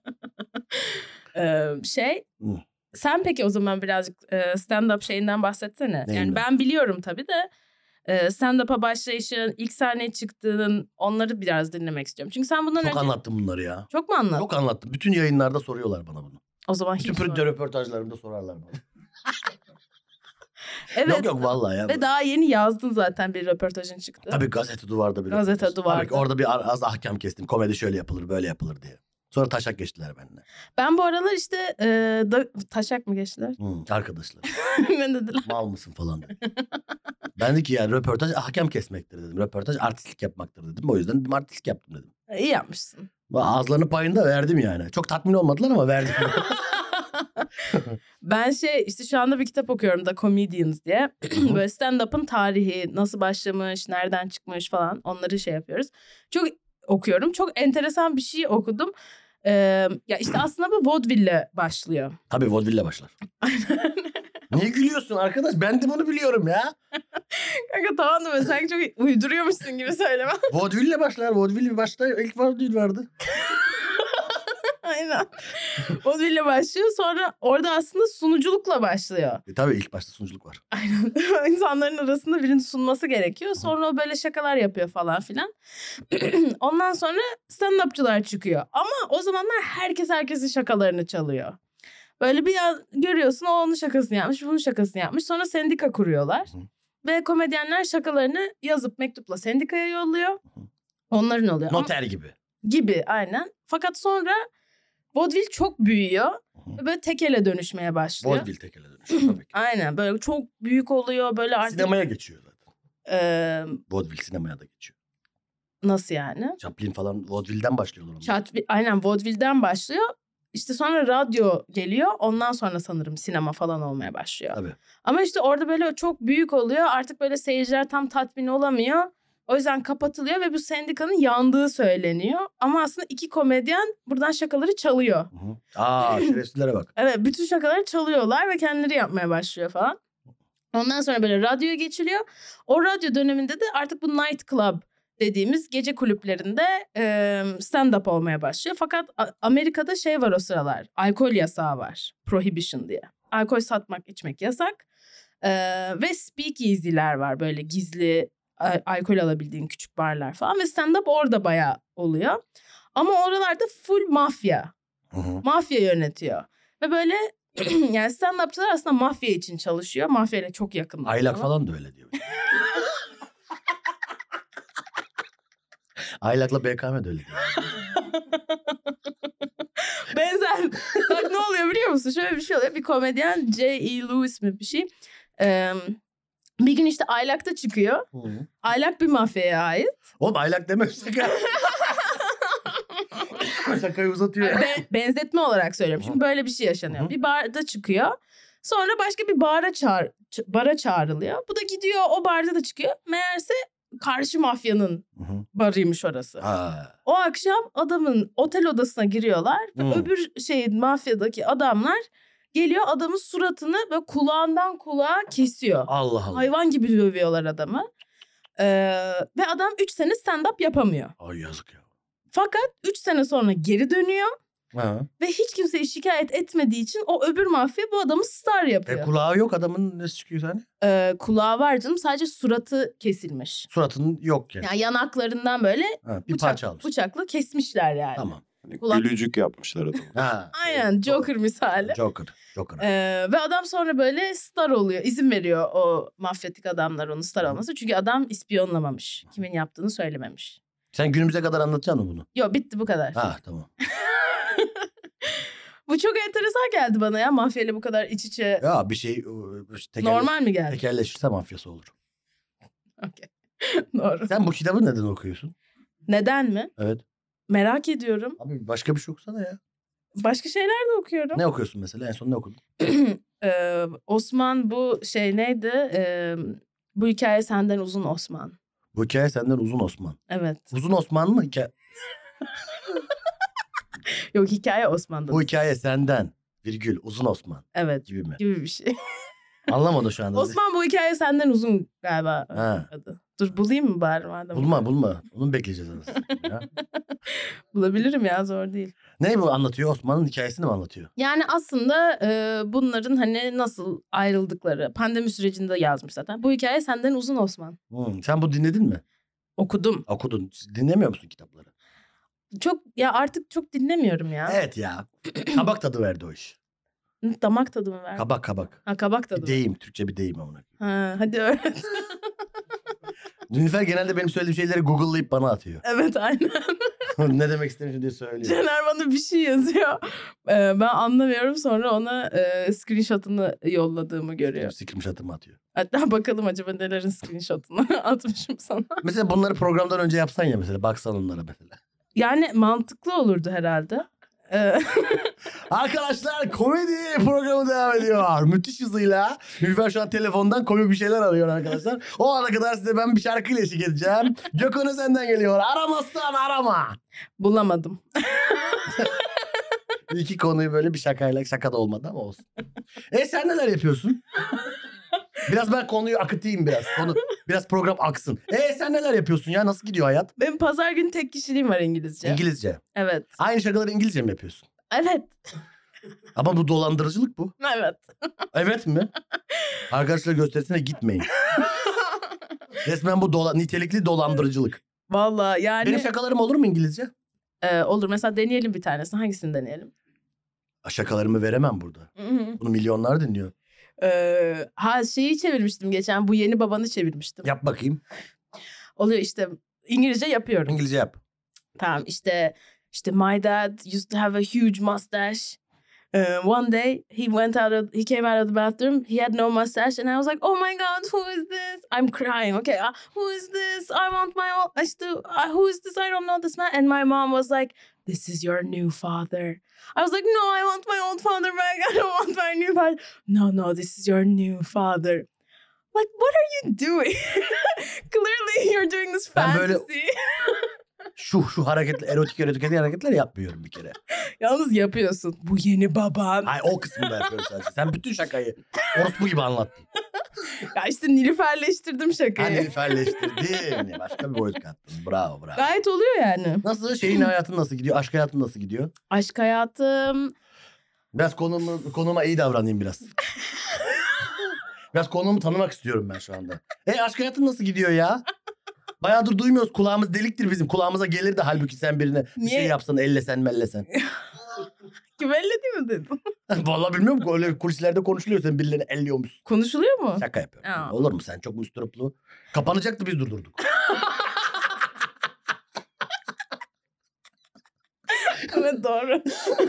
Speaker 1: Ee, şey
Speaker 2: Hı.
Speaker 1: sen peki o zaman birazcık e, stand-up şeyinden bahsetsene.
Speaker 2: Neyinden?
Speaker 1: Yani ben biliyorum tabii de e, stand-up'a başlayışın, ilk sahneye çıktığın onları biraz dinlemek istiyorum. Çünkü sen bundan
Speaker 2: Çok
Speaker 1: önce...
Speaker 2: anlattım bunları ya.
Speaker 1: Çok mu anlattın?
Speaker 2: Çok anlattım. Bütün yayınlarda soruyorlar bana bunu.
Speaker 1: O zaman
Speaker 2: Bütün
Speaker 1: hiç
Speaker 2: pür-
Speaker 1: sor-
Speaker 2: röportajlarımda sorarlar bana.
Speaker 1: Evet.
Speaker 2: Yok yok vallahi ya.
Speaker 1: Ve daha yeni yazdın zaten bir röportajın çıktı.
Speaker 2: Tabii gazete duvarda bir
Speaker 1: Gazete
Speaker 2: röportaj.
Speaker 1: duvarda.
Speaker 2: Tabii ki orada bir az ahkam kestim. Komedi şöyle yapılır böyle yapılır diye. Sonra taşak geçtiler benimle.
Speaker 1: Ben bu aralar işte e, da, taşak mı geçtiler?
Speaker 2: Hı, arkadaşlar.
Speaker 1: Ne dediler?
Speaker 2: Mal mısın falan dedi. Ben dedim ki yani röportaj ahkam kesmektir dedim. Röportaj artistlik yapmaktır dedim. O yüzden dedim artistlik yaptım dedim.
Speaker 1: İyi yapmışsın.
Speaker 2: Ağızlarının payını da verdim yani. Çok tatmin olmadılar ama verdim.
Speaker 1: Ben şey işte şu anda bir kitap okuyorum da Comedians diye. Böyle stand-up'ın tarihi, nasıl başlamış, nereden çıkmış falan onları şey yapıyoruz. Çok okuyorum. Çok enteresan bir şey okudum. Ee, ya işte aslında bu vaudeville başlıyor.
Speaker 2: Tabii vaudeville başlar. Niye gülüyorsun arkadaş? Ben de bunu biliyorum ya.
Speaker 1: Kanka tamam da böyle sanki çok uyduruyormuşsun gibi söyleme.
Speaker 2: Vaudeville başlar. Vaudeville başta ilk vaudeville vardı.
Speaker 1: Aynen. Vaudeville başlıyor. Sonra orada aslında sunuculukla başlıyor.
Speaker 2: E, tabii ilk başta sunuculuk var.
Speaker 1: Aynen. İnsanların arasında birinin sunması gerekiyor. Sonra o böyle şakalar yapıyor falan filan. Ondan sonra stand-upçılar çıkıyor. Ama o zamanlar herkes herkesin şakalarını çalıyor. Böyle bir an görüyorsun o onun şakasını yapmış, bunun şakasını yapmış. Sonra sendika kuruyorlar.
Speaker 2: Hı.
Speaker 1: Ve komedyenler şakalarını yazıp mektupla sendikaya yolluyor.
Speaker 2: Hı.
Speaker 1: Onların oluyor. Ama-
Speaker 2: Noter gibi.
Speaker 1: gibi aynen. Fakat sonra vaudeville çok büyüyor.
Speaker 2: Hı.
Speaker 1: Ve böyle tekele dönüşmeye başlıyor.
Speaker 2: Vaudeville tekele dönüşüyor tabii ki.
Speaker 1: Aynen böyle çok büyük oluyor. Böyle artık...
Speaker 2: Sinemaya geçiyor zaten.
Speaker 1: Ee,
Speaker 2: Vaudeville sinemaya da geçiyor.
Speaker 1: nasıl yani?
Speaker 2: Chaplin falan vaudeville'den başlıyorlar onlar.
Speaker 1: Chat, aynen vaudeville'den başlıyor. İşte sonra radyo geliyor. Ondan sonra sanırım sinema falan olmaya başlıyor.
Speaker 2: Tabii.
Speaker 1: Ama işte orada böyle çok büyük oluyor. Artık böyle seyirciler tam tatmin olamıyor. O yüzden kapatılıyor ve bu sendikanın yandığı söyleniyor. Ama aslında iki komedyen buradan şakaları çalıyor.
Speaker 2: Hı hı. Aa şerefsizlere bak.
Speaker 1: Evet bütün şakaları çalıyorlar ve kendileri yapmaya başlıyor falan. Ondan sonra böyle radyoya geçiliyor. O radyo döneminde de artık bu night club dediğimiz gece kulüplerinde e, stand-up olmaya başlıyor. Fakat A- Amerika'da şey var o sıralar. Alkol yasağı var. Prohibition diye. Alkol satmak, içmek yasak. E, ve speakeasy'ler var. Böyle gizli a- alkol alabildiğin küçük barlar falan. Ve stand-up orada bayağı oluyor. Ama oralarda full mafya.
Speaker 2: Hı hı.
Speaker 1: Mafya yönetiyor. Ve böyle yani stand-upçılar aslında mafya için çalışıyor. Mafya ile çok yakınlar.
Speaker 2: Aylak falan da öyle diyor. Aylak'la B K M de öyle diyor.
Speaker 1: Benzer. Bak ne oluyor biliyor musun? Şöyle bir şey oluyor. Bir komedyen J E. Lewis mi bir şey. Ee, bir gün işte Aylak'ta çıkıyor.
Speaker 2: Hı hı.
Speaker 1: Aylak bir mafyaya ait.
Speaker 2: Oğlum aylak deme şaka. Şakayı uzatıyor ya.
Speaker 1: Ben- benzetme olarak söylüyorum. Çünkü böyle bir şey yaşanıyor.
Speaker 2: Hı hı.
Speaker 1: Bir barda çıkıyor. Sonra başka bir bara çağır, ç- bara çağrılıyor. Bu da gidiyor o barda da çıkıyor. Meğerse karşı mafyanın
Speaker 2: Hı hı.
Speaker 1: barıymış orası.
Speaker 2: Ha.
Speaker 1: O akşam adamın otel odasına giriyorlar. Ve
Speaker 2: Hı.
Speaker 1: öbür şeyin mafyadaki adamlar geliyor adamın suratını böyle kulağından kulağa kesiyor.
Speaker 2: Allah Allah.
Speaker 1: Hayvan gibi dövüyorlar adamı. Ee, ve adam üç sene stand-up yapamıyor.
Speaker 2: Ay yazık ya.
Speaker 1: Fakat üç sene sonra geri dönüyor.
Speaker 2: Ha.
Speaker 1: Ve hiç kimseyi şikayet etmediği için o öbür mafya bu adamı star yapıyor.
Speaker 2: E kulağı yok adamın ne çıkıyor hani?
Speaker 1: Ee, kulağı var canım sadece suratı kesilmiş.
Speaker 2: Suratının yok yani.
Speaker 1: Yani yanaklarından böyle
Speaker 2: Ha, bir
Speaker 1: bıçak,
Speaker 2: parça almış.
Speaker 1: bıçakla kesmişler yani.
Speaker 2: Tamam.
Speaker 4: Hani
Speaker 1: Kulak-
Speaker 4: gülücük yapmışlar adamı.
Speaker 2: Ha.
Speaker 1: Aynen Joker misali.
Speaker 2: Joker. Joker.
Speaker 1: Ee, ve adam sonra böyle star oluyor. İzin veriyor o mafyatik adamlar onun star olması. Çünkü adam ispiyonlamamış. Kimin yaptığını söylememiş.
Speaker 2: Sen günümüze kadar anlatacaksın mı bunu?
Speaker 1: Yok bitti bu kadar.
Speaker 2: Ha tamam.
Speaker 1: Bu çok enteresan geldi bana ya mafyayla bu kadar iç içe.
Speaker 2: Ya bir şey e, tekerle-
Speaker 1: Normal mi geldi?
Speaker 2: tekerleşirse mafyası olur.
Speaker 1: Okey. Doğru.
Speaker 2: Sen bu kitabı neden okuyorsun?
Speaker 1: Neden mi?
Speaker 2: Evet.
Speaker 1: Merak ediyorum.
Speaker 2: Abi başka bir şey okusana ya.
Speaker 1: Başka şeyler de okuyorum.
Speaker 2: Ne okuyorsun mesela? En son ne okudun?
Speaker 1: Ee, Osman bu şey neydi? Ee, Bu hikaye senden uzun Osman.
Speaker 2: Bu hikaye senden uzun Osman.
Speaker 1: Evet.
Speaker 2: Uzun Osman mı hikaye?
Speaker 1: Yok, hikaye Osman'dan.
Speaker 2: Bu hikaye senden virgül uzun Osman
Speaker 1: Evet.
Speaker 2: gibi mi?
Speaker 1: Gibi bir şey.
Speaker 2: Anlamadım şu anda.
Speaker 1: Osman bu hikaye senden uzun galiba
Speaker 2: Ha.
Speaker 1: adı. Dur bulayım mı bari madem?
Speaker 2: Bulma bulma. Onu bekleyeceğiz aslında. Ya.
Speaker 1: Bulabilirim ya, zor değil.
Speaker 2: Ne bu anlatıyor? Osman'ın hikayesini mi anlatıyor?
Speaker 1: Yani aslında e, bunların hani nasıl ayrıldıkları pandemi sürecinde yazmış zaten. Bu hikaye senden uzun Osman.
Speaker 2: Hmm, sen bu dinledin mi?
Speaker 1: Okudum.
Speaker 2: Okudun. Dinlemiyor musun kitapları?
Speaker 1: Çok ya artık çok dinlemiyorum ya.
Speaker 2: Evet ya. Kabak tadı verdi o iş.
Speaker 1: Damak tadı mı ver?
Speaker 2: Kabak kabak.
Speaker 1: Ha, kabak
Speaker 2: Bir
Speaker 1: tadı mı?
Speaker 2: deyim. Türkçe bir deyim ama.
Speaker 1: Ha, hadi öğret.
Speaker 2: Nilüfer genelde benim söylediğim şeyleri Google'layıp bana atıyor.
Speaker 1: Evet, aynen.
Speaker 2: Ne demek istemişim diye söylüyor.
Speaker 1: Caner bana bir şey yazıyor. Ee, ben anlamıyorum, sonra ona e, screenshot'ını yolladığımı görüyor.
Speaker 2: Sikirmiş atımı atıyor.
Speaker 1: Hatta bakalım acaba nelerin screenshot'ını atmışım sana.
Speaker 2: Mesela bunları programdan önce yapsan ya mesela. Baksan onlara mesela.
Speaker 1: Yani mantıklı olurdu herhalde. Ee,
Speaker 2: Arkadaşlar komedi programı devam ediyor. Müthiş hızıyla. Nilüfer şu an telefondan komik bir şeyler arıyor arkadaşlar. O ana kadar size ben bir şarkıyla eşlik edeceğim. Gökhan Özen'den geliyor. Aramazsan arama.
Speaker 1: bulamadım.
Speaker 2: İki konuyu böyle bir şakayla, şaka da olmadı ama olsun. E sen neler yapıyorsun? Biraz ben konuyu akıtayım biraz. Konu, biraz program aksın. E sen neler yapıyorsun ya? Nasıl gidiyor hayat?
Speaker 1: Benim pazar günü tek kişiliğim var İngilizce.
Speaker 2: İngilizce.
Speaker 1: Evet.
Speaker 2: Aynı şakaları İngilizce mi yapıyorsun?
Speaker 1: Evet.
Speaker 2: Ama bu dolandırıcılık bu.
Speaker 1: Evet.
Speaker 2: Evet mi? Arkadaşlar gösterisine gitmeyin. Resmen bu dola, nitelikli dolandırıcılık.
Speaker 1: Vallahi yani.
Speaker 2: Benim şakalarım olur mu İngilizce?
Speaker 1: e, olur. Mesela deneyelim bir tanesini. Hangisini deneyelim?
Speaker 2: Şakalarımı veremem burada.
Speaker 1: Hı hı.
Speaker 2: Bunu milyonlar dinliyor.
Speaker 1: Ee, ha şeyi çevirmiştim geçen. Bu yeni babanı çevirmiştim.
Speaker 2: Yap bakayım.
Speaker 1: Oluyor işte, İngilizce yapıyorum.
Speaker 2: İngilizce yap.
Speaker 1: Tamam işte işte my dad used to have a huge mustache. Uh, one day he went out of he came out of the bathroom. He had no mustache, and I was like, "Oh my god, who is this?" I'm crying. Okay, uh, who is this? I want my own. I still. Uh, who is this? I don't know this man. And my mom was like, "This is your new father." I was like, "No, I want my old father back. I don't want my new father." No, no, this is your new father. Like, what are you doing? Clearly, you're doing this
Speaker 2: Ben böyle-
Speaker 1: fantasy.
Speaker 2: Şu şu hareketler, erotik erotik hareketler yapmıyorum bir kere.
Speaker 1: Yalnız yapıyorsun. Bu yeni baban.
Speaker 2: Ay o kısmı da yapıyorum sadece. Sen bütün şakayı orospu gibi anlattın.
Speaker 1: Ya işte nilüferleştirdim şakayı.
Speaker 2: Hani nilüferleştirdin. Başka bir boyut kattın. Bravo bravo.
Speaker 1: Gayet oluyor yani.
Speaker 2: Nasıl? Şeyin hayatın nasıl gidiyor? Aşk hayatın nasıl gidiyor?
Speaker 1: Aşk hayatım.
Speaker 2: Biraz konumu, konuma iyi davranayım biraz. Biraz konumu tanımak istiyorum ben şu anda. E aşk hayatın nasıl gidiyor ya? Bayağıdır duymuyoruz. Kulağımız deliktir bizim. Kulağımıza gelir de halbuki sen birine bir
Speaker 1: Niye?
Speaker 2: şey yapsan, ellesen mellesen.
Speaker 1: Güvenli mi dedin?
Speaker 2: Vallahi bilmiyorum ki öyle kulislerde konuşuluyor. Sen birilerini elliyormuşsun.
Speaker 1: Konuşuluyor mu?
Speaker 2: Şaka yapıyorum.
Speaker 1: Aa.
Speaker 2: Olur mu sen? Çok müstüruplu. Kapanacaktı biz durdurduk.
Speaker 1: Evet, doğru.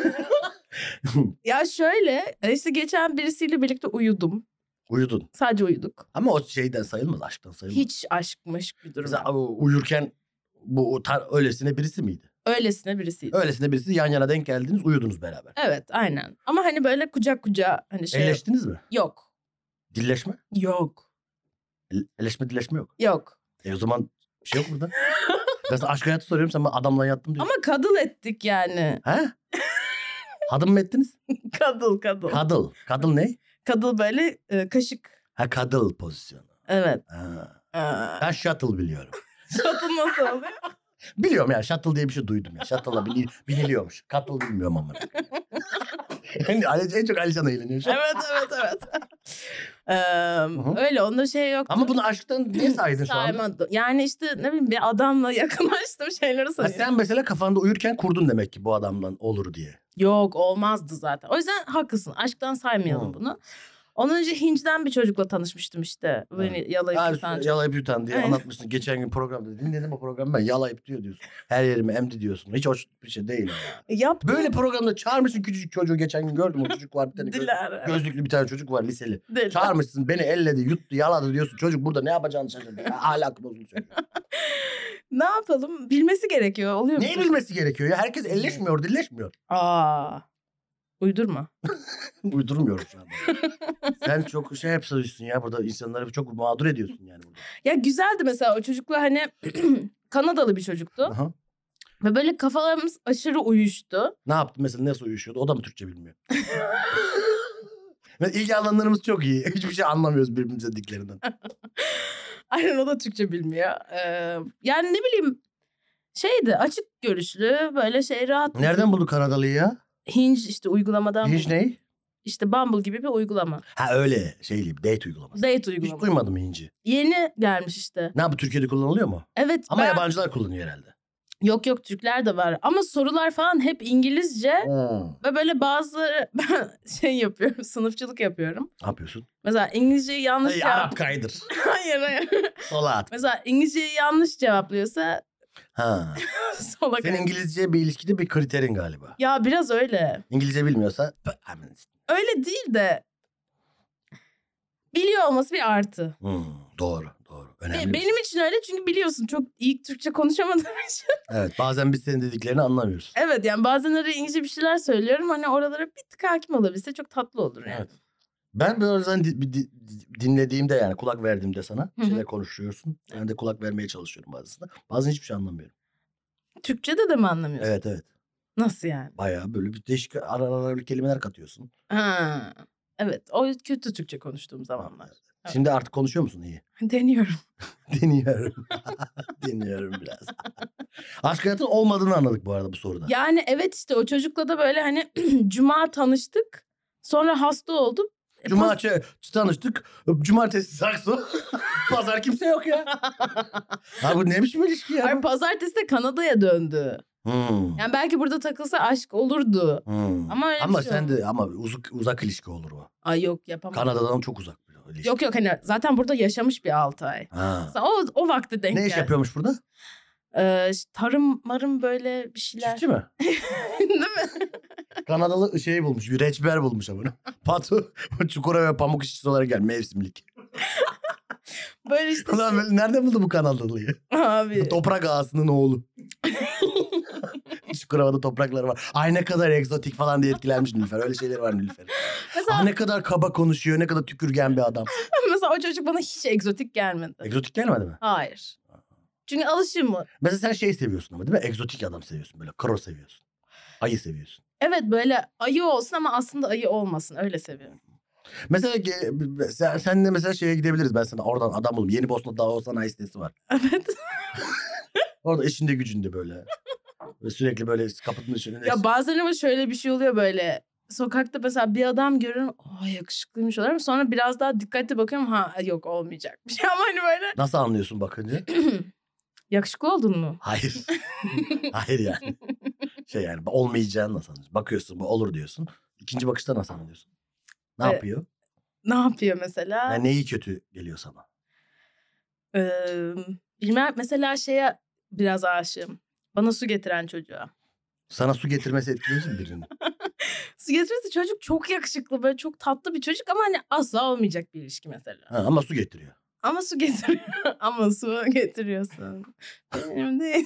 Speaker 1: Ya şöyle işte geçen birisiyle birlikte uyudum.
Speaker 2: Uyudun.
Speaker 1: Sadece uyuduk.
Speaker 2: Ama o şeyden sayılmaz. Aşktan sayılmaz.
Speaker 1: Hiç aşkmış bir durum.
Speaker 2: Mesela uyurken bu tar- öylesine birisi miydi?
Speaker 1: Öylesine birisiydi.
Speaker 2: Öylesine birisi yan yana denk geldiniz, uyudunuz beraber.
Speaker 1: Evet, aynen. Ama hani böyle kucak kucağa hani şey.
Speaker 2: Elleştiniz mi?
Speaker 1: Yok.
Speaker 2: Dilleşme?
Speaker 1: Yok.
Speaker 2: El- Elleşme dilleşme yok.
Speaker 1: Yok.
Speaker 2: E o zaman bir şey yok burada. Ben sana aşk hayatı soruyorum, sen bana adamla yattım diyorsun.
Speaker 1: Ama kadıl ettik yani.
Speaker 2: He? Hadım mı ettiniz?
Speaker 1: Kadıl kadıl.
Speaker 2: Kadıl. Kadıl ne?
Speaker 1: Kadıl böyle e, kaşık.
Speaker 2: Ha kadıl pozisyonu.
Speaker 1: Evet.
Speaker 2: Ha.
Speaker 1: Aa.
Speaker 2: Ben shuttle biliyorum.
Speaker 1: Kadıl nasıl oluyor?
Speaker 2: Biliyorum ya, shuttle diye bir şey duydum ya. Shuttle'la binil, biniliyormuş. Katıl bilmiyorum ama. Yani Ali- en çok Alişan eğleniyor şu an.
Speaker 1: Evet evet evet. Ee, öyle onda şey yok.
Speaker 2: Ama bunu aşktan niye saydın şu anda?
Speaker 1: Saymadım. Yani işte ne bileyim bir adamla yakınlaştım şeyleri
Speaker 2: Ha,
Speaker 1: sayıyorum.
Speaker 2: sen mesela kafanda uyurken kurdun demek ki bu adamdan olur diye.
Speaker 1: Yok, olmazdı zaten. O yüzden haklısın. Aşktan saymayalım
Speaker 2: Hmm.
Speaker 1: bunu. Ondan önce Hinge'den bir çocukla tanışmıştım işte. Beni yalayıp
Speaker 2: Ha,
Speaker 1: yutan çocuk.
Speaker 2: yalayıp yutan diye
Speaker 1: Aynen.
Speaker 2: anlatmışsın geçen gün programda. Dinledim o programı ben, yalayıp diyor diyorsun. Her yerimi emdi diyorsun. Hiç hoş bir şey değil. Ya.
Speaker 1: Yaptım.
Speaker 2: Böyle programda çağırmışsın küçücük çocuğu, geçen gün gördüm o çocuk var bir tane. göz-
Speaker 1: Dilara.
Speaker 2: gözlüklü bir tane çocuk var liseli.
Speaker 1: Dilara.
Speaker 2: Çağırmışsın, beni elledi, yuttu, yaladı diyorsun. Çocuk burada ne yapacağını şaşırdı. Ya, ahlakı bozuldu çocuk.
Speaker 1: Ne yapalım? Bilmesi gerekiyor. Oluyor mu?
Speaker 2: Neyi bilmesi gerekiyor ya? Herkes elleşmiyor, dilleşmiyor.
Speaker 1: Aa. Uydurma.
Speaker 2: Uydurmuyorum şu anda. Sen çok şey yapıyorsun ya burada insanları çok mağdur ediyorsun yani burada.
Speaker 1: Ya güzeldi mesela o çocukla hani Kanadalı bir çocuktu.
Speaker 2: Aha.
Speaker 1: Ve böyle kafalarımız aşırı uyuştu.
Speaker 2: Ne yaptı mesela nasıl uyuşuyordu? O da mı Türkçe bilmiyor? Ve ilgi alanlarımız çok iyi. Hiçbir şey anlamıyoruz birbirimize dediklerinden.
Speaker 1: Aynen o da Türkçe bilmiyor. Ee, yani ne bileyim şeydi açık görüşlü böyle şey rahat.
Speaker 2: Nereden bulduk Kanadalı'yı ya?
Speaker 1: Hinge işte uygulamadan.
Speaker 2: Hiç ne?
Speaker 1: İşte Bumble gibi bir uygulama.
Speaker 2: Ha öyle şeyli date uygulaması.
Speaker 1: Date
Speaker 2: Hiç
Speaker 1: uygulaması.
Speaker 2: duymadım Hinge'i.
Speaker 1: Yeni gelmiş işte.
Speaker 2: Ne bu Türkiye'de kullanılıyor mu?
Speaker 1: Evet.
Speaker 2: Ama
Speaker 1: ben...
Speaker 2: yabancılar kullanıyor herhalde.
Speaker 1: Yok yok Türkler de var. Ama sorular falan hep İngilizce.
Speaker 2: Hmm.
Speaker 1: Ve böyle bazıları ben şey yapıyorum. Sınıfçılık yapıyorum.
Speaker 2: Ne yapıyorsun?
Speaker 1: Mesela İngilizceyi yanlış
Speaker 2: Hey,
Speaker 1: cevap...
Speaker 2: Arap kaydır.
Speaker 1: hayır hayır.
Speaker 2: Sola at.
Speaker 1: Mesela İngilizceyi yanlış cevaplıyorsa
Speaker 2: Ha.
Speaker 1: sola
Speaker 2: Senin
Speaker 1: kay.
Speaker 2: İngilizce bir ilişkide bir kriterin galiba.
Speaker 1: Ya biraz öyle.
Speaker 2: İngilizce bilmiyorsa hemen.
Speaker 1: Öyle değil de biliyor olması bir artı.
Speaker 2: Hmm, doğru doğru.
Speaker 1: Be-
Speaker 2: Önemli. bir şey.
Speaker 1: Benim için öyle çünkü biliyorsun çok iyi Türkçe konuşamadığım için.
Speaker 2: Evet bazen biz senin dediklerini anlamıyoruz.
Speaker 1: Evet yani bazen öyle İngilizce bir şeyler söylüyorum. Hani oralara bir tık hakim olabilse çok tatlı olur yani.
Speaker 2: Evet. Ben böyle zaten di- di- di- dinlediğimde yani kulak verdiğimde sana
Speaker 1: Hı hı.
Speaker 2: şeyler konuşuyorsun. Ben de kulak vermeye çalışıyorum bazısında. Bazen hiçbir şey anlamıyorum.
Speaker 1: Türkçe'de de mi anlamıyorsun?
Speaker 2: Evet evet.
Speaker 1: Nasıl yani?
Speaker 2: Bayağı böyle bir değişik ara ara ara öyle kelimeler katıyorsun.
Speaker 1: Ha. Evet o kötü Türkçe konuştuğum zamanlar. Evet.
Speaker 2: Şimdi artık konuşuyor musun iyi?
Speaker 1: Deniyorum.
Speaker 2: Deniyorum. Deniyorum biraz. Aşk hayatın olmadığını anladık bu arada bu soruda.
Speaker 1: Yani evet işte o çocukla da böyle hani cuma tanıştık. Sonra hasta oldum. E,
Speaker 2: Cuma
Speaker 1: pas-
Speaker 2: ç- tanıştık. Cumartesi sakso. Pazar kimse yok ya. Ha bu ne biçim ilişki ya?
Speaker 1: Ay, pazartesi de Kanada'ya döndü.
Speaker 2: Hmm.
Speaker 1: Yani belki burada takılsa aşk olurdu.
Speaker 2: Hmm.
Speaker 1: Ama öyle bir
Speaker 2: Ama
Speaker 1: şey
Speaker 2: sen
Speaker 1: olmadı.
Speaker 2: de ama uzak, uzak ilişki olur o.
Speaker 1: Ay yok yapamam.
Speaker 2: Kanada'dan çok uzak bir ilişki.
Speaker 1: Yok yok hani zaten burada yaşamış bir altı ay.
Speaker 2: Ha.
Speaker 1: Mesela O, o vakti denk
Speaker 2: Ne iş
Speaker 1: geldi.
Speaker 2: yapıyormuş burada?
Speaker 1: Ee, işte tarım marım böyle bir şeyler.
Speaker 2: Çiftçi mi?
Speaker 1: Değil mi?
Speaker 2: Kanadalı şey bulmuş. Bir reçber bulmuş ama. Patu çukura ve pamuk işçisi olarak gel mevsimlik.
Speaker 1: Böyle işte.
Speaker 2: Ulan böyle nereden buldu bu Kanadalıyı?
Speaker 1: Abi.
Speaker 2: Toprak ağasının oğlu. Çukurova'da toprakları var. Ay ne kadar egzotik falan diye etkilenmiş Nilüfer. Öyle şeyler var Nilüfer'in.
Speaker 1: Mesela,
Speaker 2: Ah ne kadar kaba konuşuyor, ne kadar tükürgen bir adam.
Speaker 1: mesela o çocuk bana hiç egzotik gelmedi.
Speaker 2: Egzotik gelmedi mi?
Speaker 1: Hayır. Çünkü alışım mı?
Speaker 2: Mesela sen şey seviyorsun ama değil mi? Egzotik adam seviyorsun böyle. Kro seviyorsun. Ayı seviyorsun.
Speaker 1: Evet böyle ayı olsun ama aslında ayı olmasın. Öyle seviyorum.
Speaker 2: Mesela ge- sen, senle mesela şeye gidebiliriz. Ben sana oradan adam bulayım. Yeni Bosna Dağı Sanayi sitesi var.
Speaker 1: Evet.
Speaker 2: Orada eşinde gücünde böyle. Ve sürekli böyle kapının içinde.
Speaker 1: Ya bazen ama şöyle bir şey oluyor böyle. Sokakta mesela bir adam görüyorum. Aa yakışıklıymış oluyorum. Sonra biraz daha dikkatli bakıyorum. Ha yok olmayacak bir şey ama hani böyle.
Speaker 2: Nasıl anlıyorsun bakınca?
Speaker 1: Yakışıklı oldun mu?
Speaker 2: Hayır. Hayır yani. Şey yani olmayacağını nasıl anlıyorsun? Bakıyorsun bu olur diyorsun. İkinci bakışta nasıl anlıyorsun? Ne
Speaker 1: Evet.
Speaker 2: yapıyor?
Speaker 1: Ne yapıyor mesela?
Speaker 2: Yani neyi kötü geliyor sana?
Speaker 1: Ee, bilmem mesela şeye biraz aşığım. Bana su getiren çocuğa.
Speaker 2: Sana su getirmesi etkileyici mi birini?
Speaker 1: Su getirirse çocuk çok yakışıklı böyle çok tatlı bir çocuk ama hani asla olmayacak bir ilişki mesela.
Speaker 2: Ha, ama su getiriyor.
Speaker 1: Ama su getiriyor. Ama su getiriyorsun. Benim değil.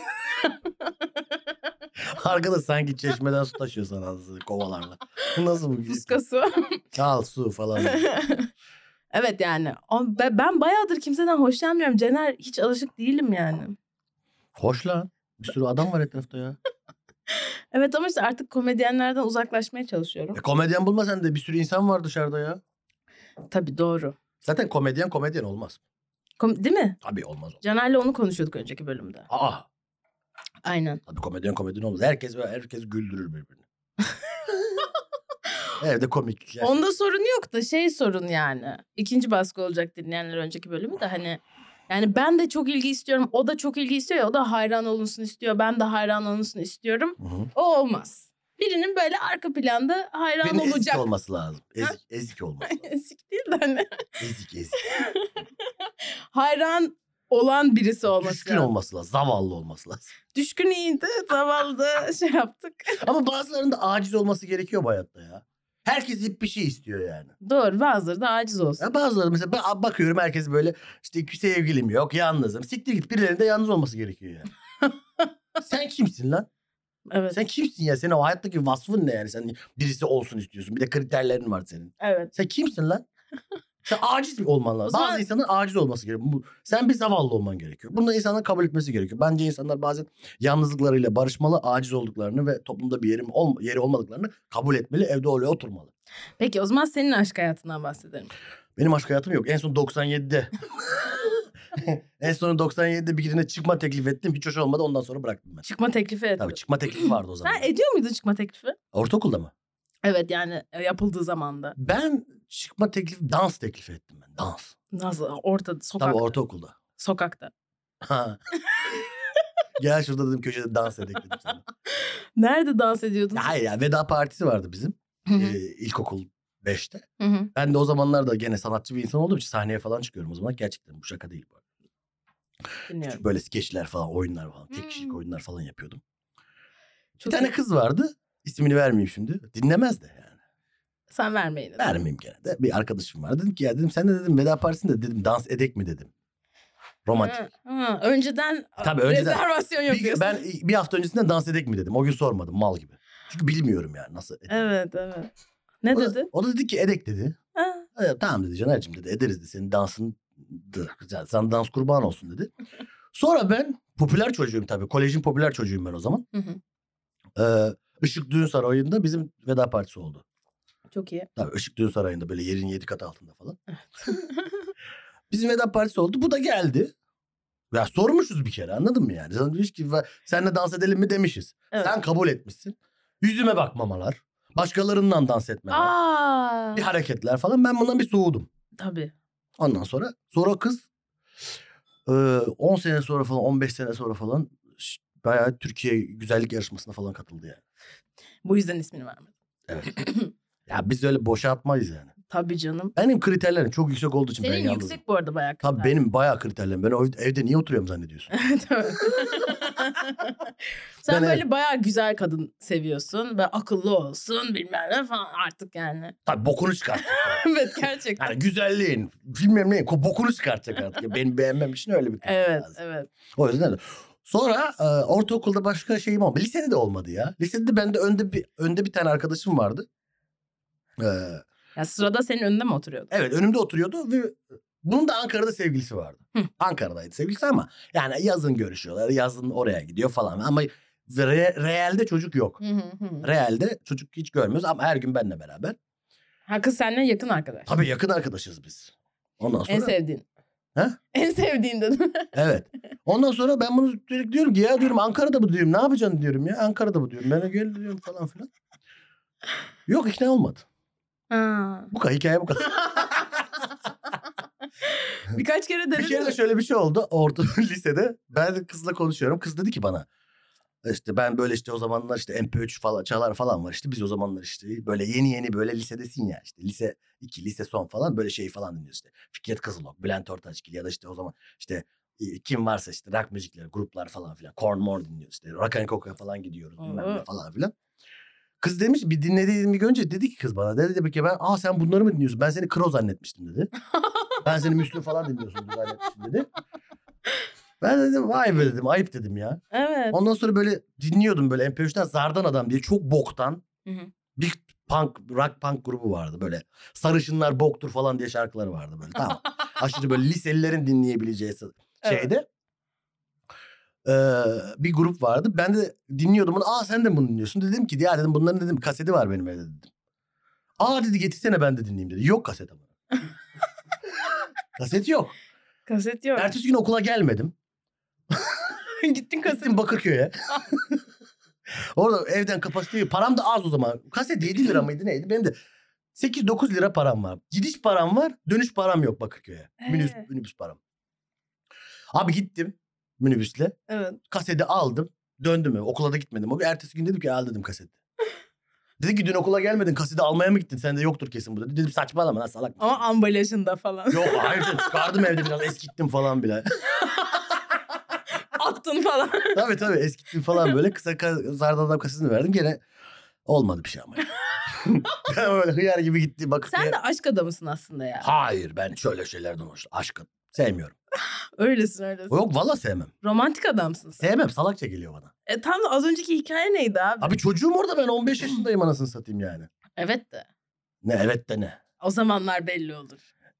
Speaker 2: Arkada sanki çeşmeden su taşıyor sana kovalarla. Bu nasıl bu?
Speaker 1: Fuska su.
Speaker 2: Al su falan.
Speaker 1: Evet yani. O- be- Ben bayağıdır kimseden hoşlanmıyorum. Cener hiç alışık değilim yani.
Speaker 2: Hoş lan. Bir sürü adam var etrafta ya.
Speaker 1: Evet ama işte artık komedyenlerden uzaklaşmaya çalışıyorum.
Speaker 2: E, komedyen bulma sen de bir sürü insan var dışarıda ya.
Speaker 1: Tabii doğru.
Speaker 2: Zaten komedyen komedyen olmaz.
Speaker 1: Kom- Değil mi?
Speaker 2: Tabii olmaz.
Speaker 1: Caner'le onu konuşuyorduk önceki bölümde.
Speaker 2: Aa.
Speaker 1: Aynen.
Speaker 2: Tabii komedyen komedyen olmaz. Herkes herkes güldürür birbirini. Evde komik. Yani.
Speaker 1: Onda sorun yok da şey sorun yani. İkinci baskı olacak dinleyenler önceki bölümü de hani. Yani ben de çok ilgi istiyorum. O da çok ilgi istiyor ya. O da hayran olunsun istiyor. Ben de hayran olunsun istiyorum.
Speaker 2: Hı hı.
Speaker 1: O olmaz. Birinin böyle arka planda hayran
Speaker 2: Birinin ezik
Speaker 1: olacak.
Speaker 2: olması lazım. Ezik, ezik olması lazım.
Speaker 1: Ezik değil de hani.
Speaker 2: Ezik ezik.
Speaker 1: Hayran olan birisi olması
Speaker 2: Düşkün
Speaker 1: lazım.
Speaker 2: olması lazım. Zavallı olması lazım.
Speaker 1: Düşkün iyiydi. Zavallı şey yaptık.
Speaker 2: Ama bazılarının da aciz olması gerekiyor bu hayatta ya. Herkes hep bir şey istiyor yani.
Speaker 1: Doğru bazıları da aciz olsun.
Speaker 2: Ya bazıları mesela ben bakıyorum herkes böyle işte sevgilim yok yalnızım. Siktir git birilerinin de yalnız olması gerekiyor yani. Sen kimsin lan?
Speaker 1: Evet.
Speaker 2: Sen kimsin ya? Senin o hayattaki vasfın ne yani? Sen birisi olsun istiyorsun. Bir de kriterlerin var senin.
Speaker 1: Evet.
Speaker 2: Sen kimsin lan? Sen aciz olman lazım.
Speaker 1: zaman...
Speaker 2: Bazı insanların aciz olması gerekiyor. Bu, sen bir zavallı olman gerekiyor. Bunu da insanların kabul etmesi gerekiyor. Bence insanlar bazen yalnızlıklarıyla barışmalı, aciz olduklarını ve toplumda bir yeri, ol, yeri olmadıklarını kabul etmeli, evde öyle oturmalı.
Speaker 1: Peki o zaman senin aşk hayatından bahsedelim.
Speaker 2: Benim aşk hayatım yok. En son doksan yedide. en son doksan yedide birine çıkma teklif ettim. Hiç hoş olmadı. Ondan sonra bıraktım ben.
Speaker 1: Çıkma teklifi ettin.
Speaker 2: Tabii çıkma teklifi vardı o zaman.
Speaker 1: Sen ediyor muydun çıkma teklifi?
Speaker 2: Ortaokulda mı?
Speaker 1: Evet yani yapıldığı zamanda.
Speaker 2: Ben çıkma teklifi, dans teklifi ettim ben. Dans.
Speaker 1: Nasıl? Ortada, sokakta.
Speaker 2: Tabii ortaokulda.
Speaker 1: Sokakta.
Speaker 2: Ha. Gel şurada dedim köşede dans edelim dedim sana.
Speaker 1: Nerede dans ediyordun?
Speaker 2: Ya hayır ya veda partisi vardı bizim.
Speaker 1: Hı hı.
Speaker 2: Ee, ilkokul beşte.
Speaker 1: Hı hı.
Speaker 2: Ben de o zamanlar da gene sanatçı bir insan olduğum için sahneye falan çıkıyorum o zaman. Gerçekten bu şaka değil bu.
Speaker 1: Dinliyorum.
Speaker 2: Küçük böyle skeçler falan, oyunlar falan, tek kişilik
Speaker 1: Hmm.
Speaker 2: oyunlar falan yapıyordum.
Speaker 1: Çok
Speaker 2: bir tane
Speaker 1: iyi.
Speaker 2: kız vardı. İsmini vermeyeyim şimdi. Dinlemez de yani.
Speaker 1: Sen vermeyin.
Speaker 2: Vermeyeyim gene de. Bir arkadaşım var. Dedim ki ya dedim sen de dedim veda partisinde dedim dans edek mi dedim. Romantik.
Speaker 1: Hı, hı. Önceden,
Speaker 2: Tabii önceden.
Speaker 1: rezervasyon
Speaker 2: Bir,
Speaker 1: yapıyorsun.
Speaker 2: ben bir hafta öncesinden dans edek mi dedim. O gün sormadım mal gibi. Çünkü bilmiyorum yani nasıl edek.
Speaker 1: Evet evet. Ne
Speaker 2: o da,
Speaker 1: dedi?
Speaker 2: O da dedi ki edek dedi.
Speaker 1: Ha.
Speaker 2: E, tamam dedi Caner'cim dedi ederiz dedi. Senin dansın sen dans kurban olsun dedi. Sonra ben popüler çocuğum tabii. Kolejin popüler çocuğuyum ben o zaman.
Speaker 1: Hı hı.
Speaker 2: Ee, Işık Düğün Sarayı'nda bizim veda partisi oldu.
Speaker 1: Çok iyi.
Speaker 2: Tabii Işık Düğün Sarayı'nda böyle yerin yedi katı altında falan. Bizim veda partisi oldu. Bu da geldi. Ya sormuşuz bir kere anladın mı yani? Sen demiş ki seninle dans edelim mi demişiz.
Speaker 1: Evet.
Speaker 2: Sen kabul etmişsin. Yüzüme bakmamalar. Başkalarından dans etmeler.
Speaker 1: Aa.
Speaker 2: Bir hareketler falan. Ben bundan bir soğudum.
Speaker 1: Tabii.
Speaker 2: Ondan sonra sonra kız on sene sonra falan on beş sene sonra falan bayağı Türkiye güzellik yarışmasına falan katıldı yani.
Speaker 1: Bu yüzden ismini vermedim.
Speaker 2: Evet. Ya biz öyle boşa atmayız yani.
Speaker 1: Tabii canım.
Speaker 2: Benim kriterlerim çok yüksek olduğu için ben
Speaker 1: Senin
Speaker 2: yalnızım.
Speaker 1: yüksek bu arada bayağı kriter.
Speaker 2: Tabii benim bayağı kriterlerim. Ben o evde niye oturuyorum zannediyorsun?
Speaker 1: Evet, evet. Sen
Speaker 2: Ben
Speaker 1: böyle
Speaker 2: evet.
Speaker 1: bayağı güzel kadın seviyorsun. Ve akıllı olsun bilmem ne falan artık yani.
Speaker 2: Tabii bokunu çıkartacak.
Speaker 1: Evet gerçekten.
Speaker 2: Yani güzelliğin bilmem neyin bokunu çıkartacak artık. Ya benim beğenmem için öyle bir kriter
Speaker 1: Evet
Speaker 2: lazım.
Speaker 1: evet.
Speaker 2: O yüzden de. Sonra e, ortaokulda başka şeyim olmadı. Lisede de olmadı ya. Lisede de bende önde bir önde bir tane arkadaşım vardı. Ee,
Speaker 1: Ya sırada senin önünde mi oturuyordu?
Speaker 2: evet önümde oturuyordu ve bunun da Ankara'da sevgilisi vardı.
Speaker 1: Hı.
Speaker 2: Ankara'daydı sevgilisi ama yani yazın görüşüyorlar. Yazın oraya gidiyor falan ama re, realde çocuk yok.
Speaker 1: Hı hı hı.
Speaker 2: Realde çocuk hiç görmüyoruz ama her gün benimle beraber.
Speaker 1: Ha kız seninle yakın arkadaş.
Speaker 2: Tabii yakın arkadaşız biz. Ondan sonra.
Speaker 1: En sevdiğin.
Speaker 2: Ha?
Speaker 1: En sevdiğin dedim.
Speaker 2: Evet. Ondan sonra ben bunu sürekli diyorum ki ya diyorum Ankara'da bu diyorum. Ne yapacaksın diyorum ya. Ankara'da bu diyorum. Ben de gel diyorum falan filan. Yok ikna olmadı.
Speaker 1: Ha.
Speaker 2: Bu kadar hikaye bu kadar.
Speaker 1: Birkaç kere denedin
Speaker 2: Bir kere de
Speaker 1: mi?
Speaker 2: şöyle bir şey oldu. Orta lisede ben kızla konuşuyorum. Kız dedi ki bana işte ben böyle işte o zamanlar işte M P üç falan çalar falan var işte biz o zamanlar işte böyle yeni yeni böyle lisedesin ya işte lise iki lise son falan böyle şey falan dinliyoruz işte. Fikret Kızılok, Bülent Ortaçgil ya da işte o zaman işte kim varsa işte rock müzikleri, gruplar falan filan. Korn Mor dinliyoruz işte. Rock and Coca falan gidiyoruz bilmem ne falan filan. Kız demiş bir dinlediğimi görünce dedi ki kız bana dedi demek ki ben aa sen bunları mı dinliyorsun? Ben seni Kro zannetmiştim dedi. Ben seni Müslüm falan dinliyorsun zannetmiştim dedi. Ben dedim vay be dedim ayıp dedim ya.
Speaker 1: Evet.
Speaker 2: Ondan sonra böyle dinliyordum böyle M P üçten Zardan Adam diye çok boktan
Speaker 1: Hı hı.
Speaker 2: bir punk rock punk grubu vardı böyle. Sarışınlar boktur falan diye şarkıları vardı böyle tamam. Aşırı böyle liselilerin dinleyebileceği şeyde. Evet. Ee, bir grup vardı. Ben de dinliyordum bunu. Aa sen de bunu dinliyorsun. Dedim ki ya dedim bunların dedim kaseti var benim evde dedim. Aa dedi getirsene ben de dinleyeyim dedi. Yok kaset ama. Kaset yok.
Speaker 1: Kaset yok.
Speaker 2: Ertesi gün okula gelmedim.
Speaker 1: Gittin kaset.
Speaker 2: Gittim Bakırköy'e. Orada evden kapasiteyi param da az o zaman. Kaset yedi lira mıydı neydi? Benim de sekiz dokuz lira param var. Gidiş param var. Dönüş param yok Bakırköy'e.
Speaker 1: Ee.
Speaker 2: Minibüs, minibüs param. Abi gittim minibüsle.
Speaker 1: Evet.
Speaker 2: Kaseti aldım. Döndüm eve. Okula da gitmedim. O gün ertesi gün dedim ki al dedim kaseti. Dedi ki dün okula gelmedin kaseti almaya mı gittin? Sende yoktur kesin bu dedi. Dedim saçmalama lan salak mısın?
Speaker 1: Ama ambalajında falan.
Speaker 2: Yok hayır çıkardım evde biraz eskittim falan bile.
Speaker 1: Attın falan.
Speaker 2: Tabii tabii eskittim falan böyle. Kısa Zardan Adam kasetini verdim. Gene olmadı bir şey ama. Ben öyle hıyar gibi gitti. Bakın
Speaker 1: Sen de aşk adamısın aslında ya.
Speaker 2: hayır ben şöyle şeylerden hoşlanıyorum. Aşkı sevmiyorum.
Speaker 1: Öylesin öylesin.
Speaker 2: Yok valla sevmem.
Speaker 1: Romantik adamsın sen.
Speaker 2: Sevmem, salakça geliyor bana.
Speaker 1: E, tam da az önceki hikaye neydi abi?
Speaker 2: Abi çocuğum orada, ben on beş yaşındayım anasını satayım yani.
Speaker 1: Evet de.
Speaker 2: Ne evet de ne?
Speaker 1: O zamanlar belli olur.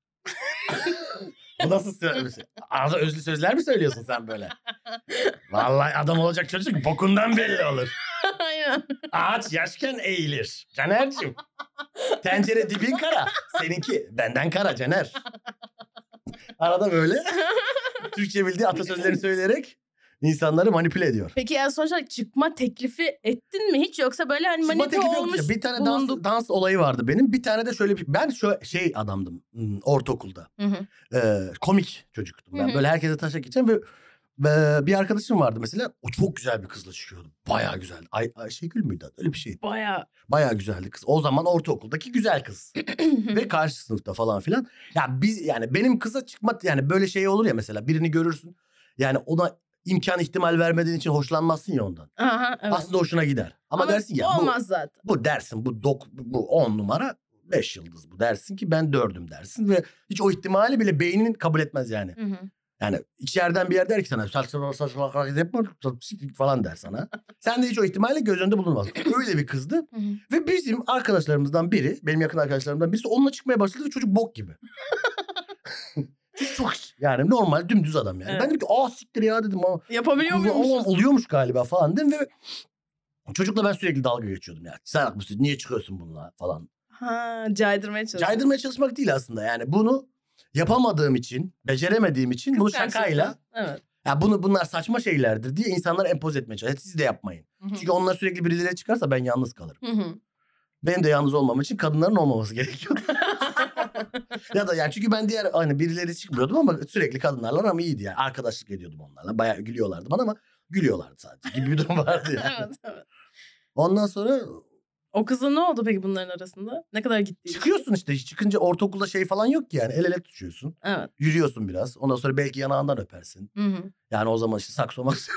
Speaker 2: Bu nasıl söylüyorsun? Arada özlü sözler mi söylüyorsun sen böyle? Vallahi adam olacak çocuk bokundan belli olur.
Speaker 1: Aynen.
Speaker 2: Ağaç yaşken eğilir. Caner'cim. Tencere dibin kara. Seninki benden kara Caner. Arada böyle Türkçe bildiği atasözlerini söyleyerek insanları manipüle ediyor.
Speaker 1: Peki yani sonuç olarak çıkma teklifi ettin mi hiç, yoksa böyle hani
Speaker 2: Çıkma
Speaker 1: manipüle
Speaker 2: teklifi yok
Speaker 1: olmuş
Speaker 2: işte. Bir tane dans,
Speaker 1: bulunduk.
Speaker 2: dans olayı vardı benim. Bir tane de şöyle bir... Ben şu şey adamdım hmm, ortaokulda.
Speaker 1: Hı hı.
Speaker 2: Ee, komik çocuktum ben.
Speaker 1: Hı hı.
Speaker 2: Böyle herkese taşa geçeceğim ve e, bir arkadaşım vardı mesela. O çok güzel bir kızla çıkıyordu. Bayağı güzeldi. Ay, Ayşegül müydü? Öyle bir şeydi.
Speaker 1: Bayağı.
Speaker 2: Bayağı güzeldi kız. O zaman ortaokuldaki güzel kız. Ve karşı sınıfta falan filan. Ya biz yani benim kıza çıkma yani böyle şey olur ya mesela, birini görürsün. Yani ona imkan ihtimal vermediğin için hoşlanmazsın ya ondan.
Speaker 1: Aha, evet.
Speaker 2: Aslında hoşuna gider. Ama,
Speaker 1: Ama
Speaker 2: dersin ya bu,
Speaker 1: olmaz zaten.
Speaker 2: bu dersin bu dok bu on numara beş yıldız bu dersin ki ben dördüm dersin ve hiç o ihtimali bile beynin kabul etmez yani.
Speaker 1: Hı hı.
Speaker 2: Yani içeriden bir yer der ki sana saçma saçma hareket yapma falan der sana. Sen de hiç o ihtimali göz önünde bulunmaz. Öyle bir kızdı.
Speaker 1: Hı hı.
Speaker 2: Ve bizim arkadaşlarımızdan biri, benim yakın arkadaşlarımdan birisi onunla çıkmaya başladı ve çocuk bok gibi. Çok yani normal dümdüz adam yani.
Speaker 1: Evet.
Speaker 2: Ben dedim ki aa siktir ya dedim. Aa,
Speaker 1: Yapabiliyor
Speaker 2: Allah'ım,
Speaker 1: muymuş?
Speaker 2: oluyormuş galiba falan dedim ve çocukla ben sürekli dalga geçiyordum ya. Sen mısın? Niye çıkıyorsun bununla falan.
Speaker 1: Ha, caydırmaya çalışıyor.
Speaker 2: Caydırmaya çalışmak değil aslında yani. Bunu yapamadığım için, beceremediğim için bunu şakayla,
Speaker 1: Evet.
Speaker 2: ya bunu bunlar saçma şeylerdir diye insanlara empoze etmeye çalışıyorum. Siz de yapmayın.
Speaker 1: Hı hı.
Speaker 2: Çünkü onlar sürekli birileri çıkarsa ben yalnız kalırım.
Speaker 1: Hı hı.
Speaker 2: Benim de yalnız olmam için kadınların olmaması gerekiyordu. Ya da yani çünkü ben diğer hani birileri çıkmıyordum ama sürekli kadınlarla ama iyiydi yani. Arkadaşlık ediyordum onlarla. Bayağı gülüyorlardı bana ama gülüyorlardı sadece gibi bir durum vardı yani.
Speaker 1: Evet, evet.
Speaker 2: Ondan sonra
Speaker 1: O kızla ne oldu peki bunların arasında? Ne kadar gitti?
Speaker 2: çıkıyorsun işte. Çıkınca ortaokulda şey falan yok ki yani. El ele tutuşuyorsun.
Speaker 1: Evet.
Speaker 2: Yürüyorsun biraz. Ondan sonra belki yanağından öpersin.
Speaker 1: Hı hı.
Speaker 2: Yani o zaman işte sakso makso.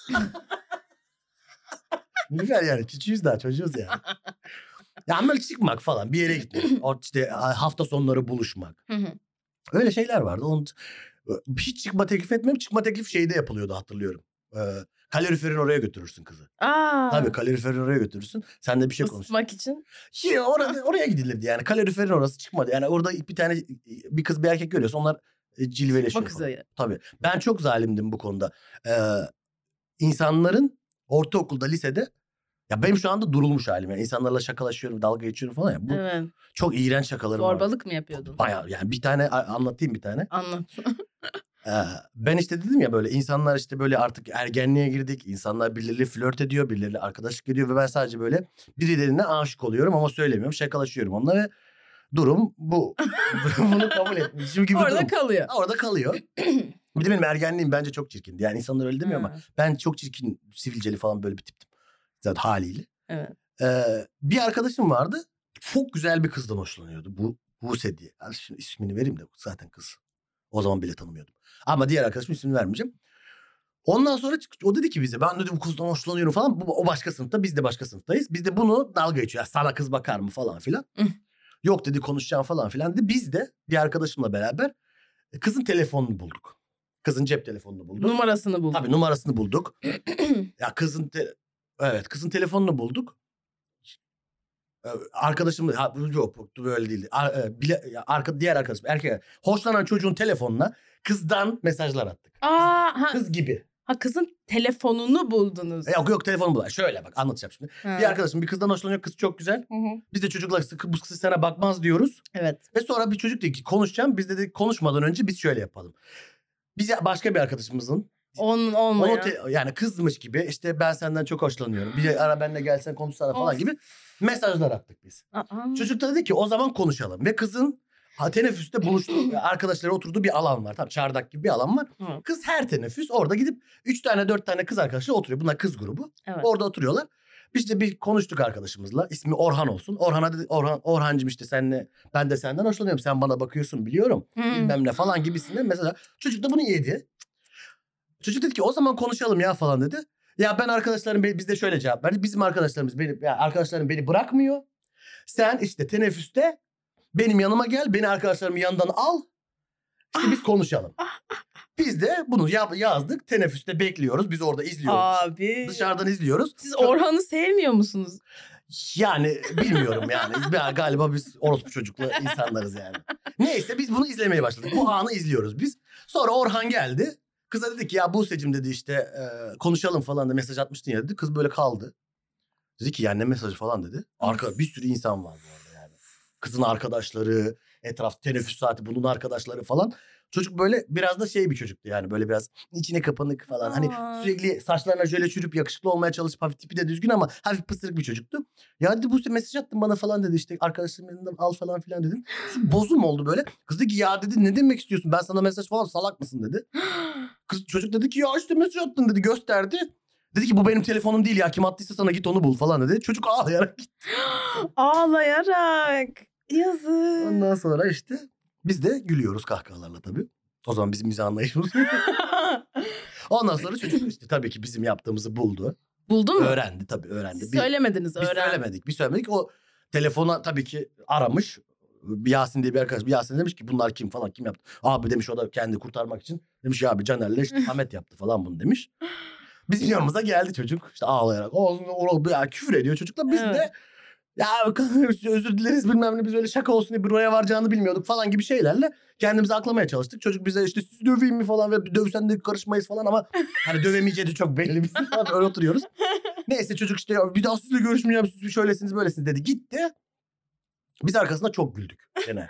Speaker 2: Güzel yani. Küçüğüz daha, çocuğuz yani. Yani böyle çıkmak falan, bir yere gitmek. O işte hafta sonları buluşmak.
Speaker 1: Hı hı.
Speaker 2: Öyle şeyler vardı. Onun, hiç çıkma teklif etmem. Çıkma teklif şeyde yapılıyordu hatırlıyorum. Ee, kaloriferin oraya götürürsün kızı.
Speaker 1: Aa.
Speaker 2: Tabii kaloriferin oraya götürürsün. Sen de bir şey konuş.
Speaker 1: Isıtmak için.
Speaker 2: Ya orada, oraya gidilirdi yani. Kaloriferin orası çıkmadı. Yani orada bir tane bir kız bir erkek görüyorsun. Onlar e, cilveleşiyor.
Speaker 1: Bak
Speaker 2: falan.
Speaker 1: kızı.
Speaker 2: Tabii. Ben çok zalimdim bu konuda. Ee, insanların ortaokulda, lisede, ya benim şu anda durulmuş halim. Yani insanlarla şakalaşıyorum, dalga geçiyorum falan ya. Bu
Speaker 1: Evet.
Speaker 2: çok iğrenç şakalarım var.
Speaker 1: Zorbalık mı yapıyordun?
Speaker 2: Bayağı yani bir tane a- anlatayım bir tane.
Speaker 1: Anlat.
Speaker 2: Ee, ben işte dedim ya böyle insanlar işte böyle artık ergenliğe girdik. İnsanlar birileriyle flört ediyor, birileriyle arkadaşlık ediyor ve ben sadece böyle birilerine aşık oluyorum ama söylemiyorum, şakalaşıyorum onunla ve durum bu. Bunu kabul etmişim gibi
Speaker 1: Orada
Speaker 2: durum.
Speaker 1: kalıyor.
Speaker 2: Orada kalıyor. Bir de benim ergenliğim bence çok çirkindi. Yani insanlar öyle demiyor
Speaker 1: Ha.
Speaker 2: ama ben çok çirkin, sivilceli falan böyle bir tiptim. Zaten haliyle.
Speaker 1: Evet.
Speaker 2: Ee, bir arkadaşım vardı. Çok güzel bir kızdan hoşlanıyordu. Bu Buse diye. Yani şimdi ismini vereyim de zaten kız. O zaman bile tanımıyordum. Ama diğer arkadaşım ismini vermeyeceğim. Ondan sonra o dedi ki bize ben dedi bu kızdan hoşlanıyorum falan. Bu, o başka sınıfta, biz de başka sınıftayız. Biz de bunu dalga geçiyor. Ya sana kız bakar mı falan filan. Yok dedi konuşacağım falan filan dedi. Biz de bir arkadaşımla beraber kızın telefonunu bulduk. Kızın cep telefonunu bulduk.
Speaker 1: Numarasını buldum.
Speaker 2: Tabii numarasını bulduk. Ya kızın te- evet kızın telefonunu bulduk. Ee, Arkadaşım ha, yok böyle değil. Ar- e, bile, ya, arka, diğer arkadaşım erkek hoşlanan çocuğun telefonuna kızdan mesajlar attık.
Speaker 1: Aa, ha,
Speaker 2: Kız gibi.
Speaker 1: ha kızın telefonunu buldunuz.
Speaker 2: E, Yok yok telefonu bulan. Şöyle bak anlatacağım şimdi.
Speaker 1: Ha.
Speaker 2: Bir arkadaşım bir kızdan hoşlanıyor. Kız çok güzel.
Speaker 1: Hı hı.
Speaker 2: Biz de çocuklar bu kız sana bakmaz diyoruz.
Speaker 1: Evet.
Speaker 2: Ve sonra bir çocuk dedi ki konuşacağım. Biz de dedik konuşmadan önce biz şöyle yapalım. Biz başka bir arkadaşımızın
Speaker 1: Onun
Speaker 2: onu
Speaker 1: olmayan.
Speaker 2: te- yani kızmış gibi işte ben senden çok hoşlanıyorum. Bir de ara benimle gelsen konuşsana falan
Speaker 1: Of.
Speaker 2: gibi mesajlar attık biz.
Speaker 1: Aa.
Speaker 2: Çocuk da dedi ki o zaman konuşalım. Ve kızın ha, teneffüste buluştuğu arkadaşları oturduğu bir alan var. Tam çardak gibi bir alan var.
Speaker 1: Hı.
Speaker 2: Kız her teneffüs orada gidip üç tane dört tane kız arkadaşı oturuyor. Bunlar kız grubu.
Speaker 1: Evet.
Speaker 2: Orada oturuyorlar. Biz de bir konuştuk arkadaşımızla. İsmi Orhan olsun. Orhan'a dedi Orhan, Orhancığım işte senle ben de senden hoşlanıyorum. Sen bana bakıyorsun biliyorum.
Speaker 1: Hı.
Speaker 2: Bilmem ne falan gibisinden. Mesela çocuk da bunu yedi. Çocuk dedi ki o zaman konuşalım ya falan dedi. Ya ben arkadaşlarım biz de şöyle cevap verdi. Bizim arkadaşlarımız beni ya arkadaşlarım beni bırakmıyor. Sen işte teneffüste benim yanıma gel. Beni arkadaşlarımın yanından al. İşte biz konuşalım. Biz de bunu yap- yazdık. Teneffüste bekliyoruz. Biz orada izliyoruz.
Speaker 1: Abi.
Speaker 2: Dışarıdan izliyoruz.
Speaker 1: Siz
Speaker 2: Çok-
Speaker 1: Orhan'ı sevmiyor musunuz?
Speaker 2: Yani bilmiyorum yani. Ben- Galiba biz orospu çocuklu insanlarız yani. Neyse biz bunu izlemeye başladık. Bu anı izliyoruz biz. Sonra Orhan geldi. Kıza dedi ki ya Buse'cim dedi işte e, konuşalım falan da mesaj atmıştın ya dedi. Kız böyle kaldı. Dedi ki yani ne mesajı falan dedi. Arka bir sürü insan var bu arada yani. Kızın arkadaşları, etraf teneffüs saati bunun arkadaşları falan. Çocuk böyle biraz da şey bir çocuktu yani böyle biraz içine kapanık falan.
Speaker 1: Aa.
Speaker 2: Hani sürekli saçlarına jöle çürüp yakışıklı olmaya çalışıp hafif tipi de düzgün ama hafif pısırık bir çocuktu. Ya dedi Buse mesaj attın bana falan dedi işte arkadaşlarım elinden al falan filan dedim. Bozum oldu böyle. Kız dedi ki ya dedi ne demek istiyorsun ben sana mesaj falan salak mısın dedi. Kız çocuk dedi ki ya işte mesaj attın dedi gösterdi. Dedi ki bu benim telefonum değil ya kim attıysa sana git onu bul falan dedi. Çocuk ağlayarak gitti.
Speaker 1: Ağlayarak. Yazık.
Speaker 2: Ondan sonra işte biz de gülüyoruz kahkahalarla tabii. O zaman bizim mizah anlayışımız. Ondan sonra çocuk işte tabii ki bizim yaptığımızı buldu.
Speaker 1: Buldun mu?
Speaker 2: Öğrendi tabii öğrendi.
Speaker 1: Siz
Speaker 2: Bir-
Speaker 1: söylemediniz.
Speaker 2: Biz
Speaker 1: öğren.
Speaker 2: söylemedik. Biz söylemedik. O telefona tabii ki aramış. Bir Yasin diye bir arkadaş. Bir Yasin demiş ki bunlar kim falan kim yaptı? Abi demiş o da kendi kurtarmak için. Demiş ya abi Caner'le işte Ahmet yaptı falan bunu demiş. Bizim yanımıza geldi çocuk. İşte ağlayarak. O, o, ya, küfür ediyor çocukla. Biz
Speaker 1: Evet.
Speaker 2: de ya özür dileriz bilmem ne biz öyle şaka olsun diye buraya varacağını bilmiyorduk falan gibi şeylerle kendimizi aklamaya çalıştık. Çocuk bize işte siz döveyim mi falan ve dövsen de karışmayız falan ama hani dövemeyeceği de çok belli biz falan öyle oturuyoruz. Neyse çocuk işte ya bir daha sizle görüşmeyeceğim siz bir şöylesiniz böylesiniz dedi gitti. Biz arkasında çok güldük gene.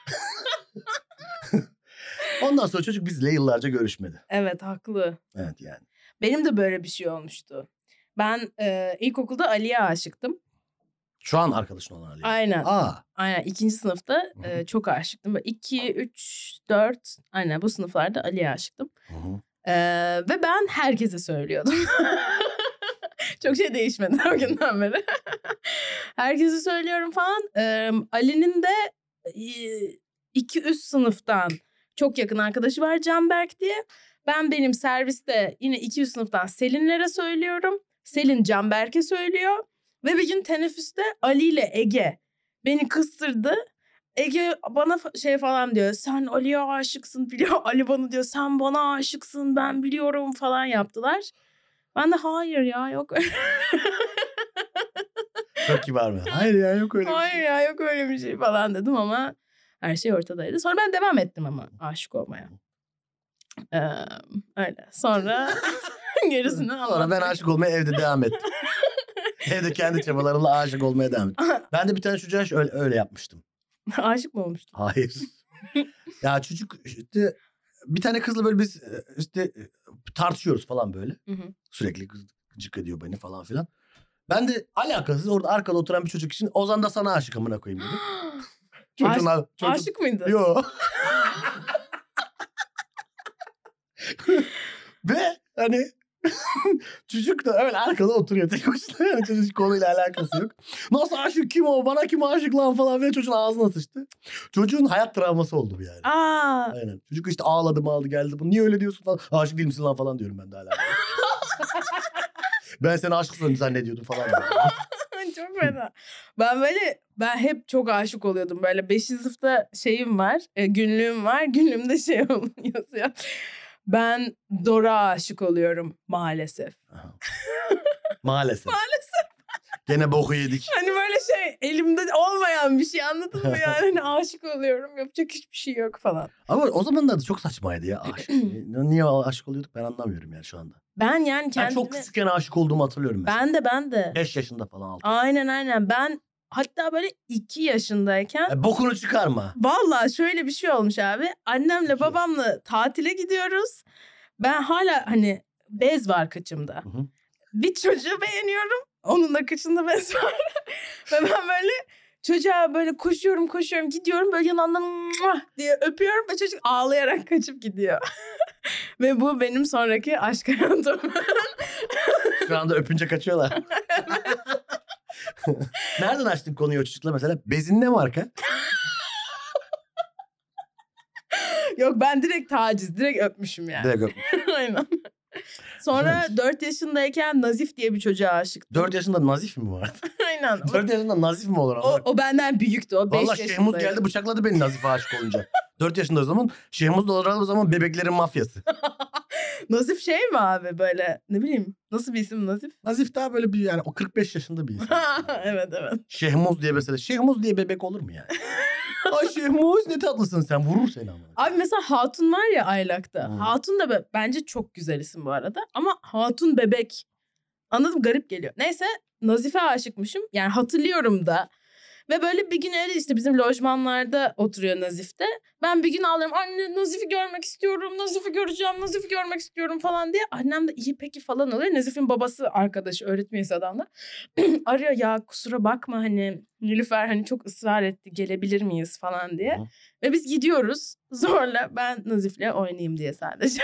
Speaker 2: Ondan sonra çocuk bizle yıllarca görüşmedi.
Speaker 1: Evet haklı.
Speaker 2: Evet yani.
Speaker 1: Benim de böyle bir şey olmuştu. Ben e, ilkokulda Ali'ye aşıktım.
Speaker 2: Şu an arkadaşın olan Ali.
Speaker 1: Aynen.
Speaker 2: Aa.
Speaker 1: Aynen ikinci sınıfta e, çok aşıktım. Böyle iki, üç, dört aynen bu sınıflarda Ali'ye aşıktım.
Speaker 2: Hı hı.
Speaker 1: E, ve ben herkese söylüyordum. Çok şey değişmedi o günden beri. Herkese söylüyorum falan. E, Ali'nin de e, iki üst sınıftan çok yakın arkadaşı var Canberk diye. Ben benim serviste yine iki üst sınıftan Selinlere söylüyorum. Selin Canberk'e söylüyor. Ve bir gün teneffüste Ali ile Ege beni kıstırdı. Ege bana fa- şey falan diyor. Sen Ali'ye aşıksın biliyor. Ali bana diyor sen bana aşıksın ben biliyorum falan yaptılar. Ben de hayır ya yok.
Speaker 2: Çok kibar mı? Hayır ya yok öyle bir
Speaker 1: Hayır
Speaker 2: şey.
Speaker 1: ya yok öyle bir şey falan dedim ama her şey ortadaydı. Sonra ben devam ettim ama aşık olmaya. Ee, öyle. Sonra gerisini
Speaker 2: Sonra ben
Speaker 1: anlatayım.
Speaker 2: aşık olmaya evde devam ettim. Evde kendi çabalarımla aşık olmaya devam ettim. Ben de bir tane çocuğa öyle, öyle yapmıştım.
Speaker 1: Aşık mı olmuştun?
Speaker 2: Hayır. Ya çocuk işte bir tane kızla böyle biz işte tartışıyoruz falan böyle.
Speaker 1: Hı hı.
Speaker 2: Sürekli kız gıcık ediyor beni falan filan. Ben de alakasız orada arkada oturan bir çocuk için Ozan da sana aşık amına koyayım dedim. Çocuğun,
Speaker 1: Aşk-
Speaker 2: çocuk,
Speaker 1: Aşık mıydı?
Speaker 2: Yok. Ve hani çocuk da öyle arkada oturuyor tek başına. Yani çocuk konuyla alakası yok. Nasıl aşık kim o? Bana kim aşık lan falan ve çocuğun ağzına sıçtı. Çocuğun hayat travması oldu bu yani.
Speaker 1: Aa,
Speaker 2: Aynen. Çocuk işte ağladı mağladı geldi. Bu niye öyle diyorsun falan. Aşık değil misin lan falan diyorum ben de hala. Ben seni aşık zannediyordum falan. diyorum.
Speaker 1: çok fena. Ben böyle ben hep çok aşık oluyordum. Böyle beşinci sınıfta şeyim var. E, günlüğüm var. Günlüğümde şey yazıyor. Ben Dora aşık oluyorum maalesef.
Speaker 2: Aha. Maalesef.
Speaker 1: Maalesef.
Speaker 2: Gene boku yedik.
Speaker 1: Hani böyle şey elimde olmayan bir şey anladın mı yani? Hani aşık oluyorum yapacak hiçbir şey yok falan.
Speaker 2: Ama o zamanlar da çok saçmaydı ya. Aşık. Niye aşık oluyorduk ben anlamıyorum yani şu anda.
Speaker 1: Ben yani
Speaker 2: Ben
Speaker 1: kendime...
Speaker 2: çok küçükken aşık olduğumu hatırlıyorum mesela.
Speaker 1: Ben de ben de.
Speaker 2: beş yaşında falan altı.
Speaker 1: Aynen aynen. Ben hatta böyle iki yaşındayken
Speaker 2: E, bokunu çıkarma.
Speaker 1: vallahi şöyle bir şey olmuş abi. Annemle
Speaker 2: İki
Speaker 1: babamla tatile gidiyoruz. Ben hala hani bez var kıçımda.
Speaker 2: Hı hı.
Speaker 1: Bir çocuğu beğeniyorum. Onun da kıçında bez var. Ve ben böyle çocuğa böyle koşuyorum koşuyorum gidiyorum. Böyle yanından "Muah!" diye öpüyorum ve çocuk ağlayarak kaçıp gidiyor. Ve bu benim sonraki aşk hayatım.
Speaker 2: Şu anda öpünce kaçıyorlar. Nereden açtın konuyu o çocukla mesela? Bezin ne marka?
Speaker 1: Yok ben direkt taciz. Direkt öpmüşüm yani.
Speaker 2: Direkt öp.
Speaker 1: Aynen. Sonra
Speaker 2: Güzelmiş.
Speaker 1: dört yaşındayken Nazif diye bir çocuğa aşıktım.
Speaker 2: dört yaşında Nazif mi vardı?
Speaker 1: Aynen. O,
Speaker 2: dört yaşında Nazif mi olur?
Speaker 1: o, o benden büyüktü. O beş
Speaker 2: Valla
Speaker 1: yaşındaydı.
Speaker 2: Şehmuz geldi bıçakladı beni Nazif'e aşık olunca. dört yaşında o zaman. Şehmuz da o zaman bebeklerin mafyası.
Speaker 1: Nazif şey mi abi böyle ne bileyim nasıl bir isim Nazif?
Speaker 2: Nazif daha böyle bir yani o kırk beş yaşında bir insan.
Speaker 1: evet evet.
Speaker 2: Şehmuz diye mesela. Şehmuz diye bebek olur mu yani? Ay Şehmuz ne tatlısın sen. Vurur seni ama.
Speaker 1: Abi mesela Hatun var ya Aylak'ta.
Speaker 2: Hmm.
Speaker 1: Hatun da be- bence çok güzel isim bu arada. Ama Hatun bebek. Anladım garip geliyor. Neyse Nazif'e aşıkmışım. Yani hatırlıyorum da. Ve böyle bir gün öyle işte bizim lojmanlarda oturuyor Nazif'te. Ben bir gün ağlıyorum. Anne Nazif'i görmek istiyorum. Nazif'i göreceğim. Nazif'i görmek istiyorum falan diye. Annem de iyi peki falan oluyor. Nazif'in babası arkadaşı öğretmen üyesi adamla. Arıyor ya kusura bakma hani Nilüfer hani çok ısrar etti gelebilir miyiz falan diye.
Speaker 2: Hı.
Speaker 1: Ve biz gidiyoruz. Zorla ben Nazif'le oynayayım diye sadece.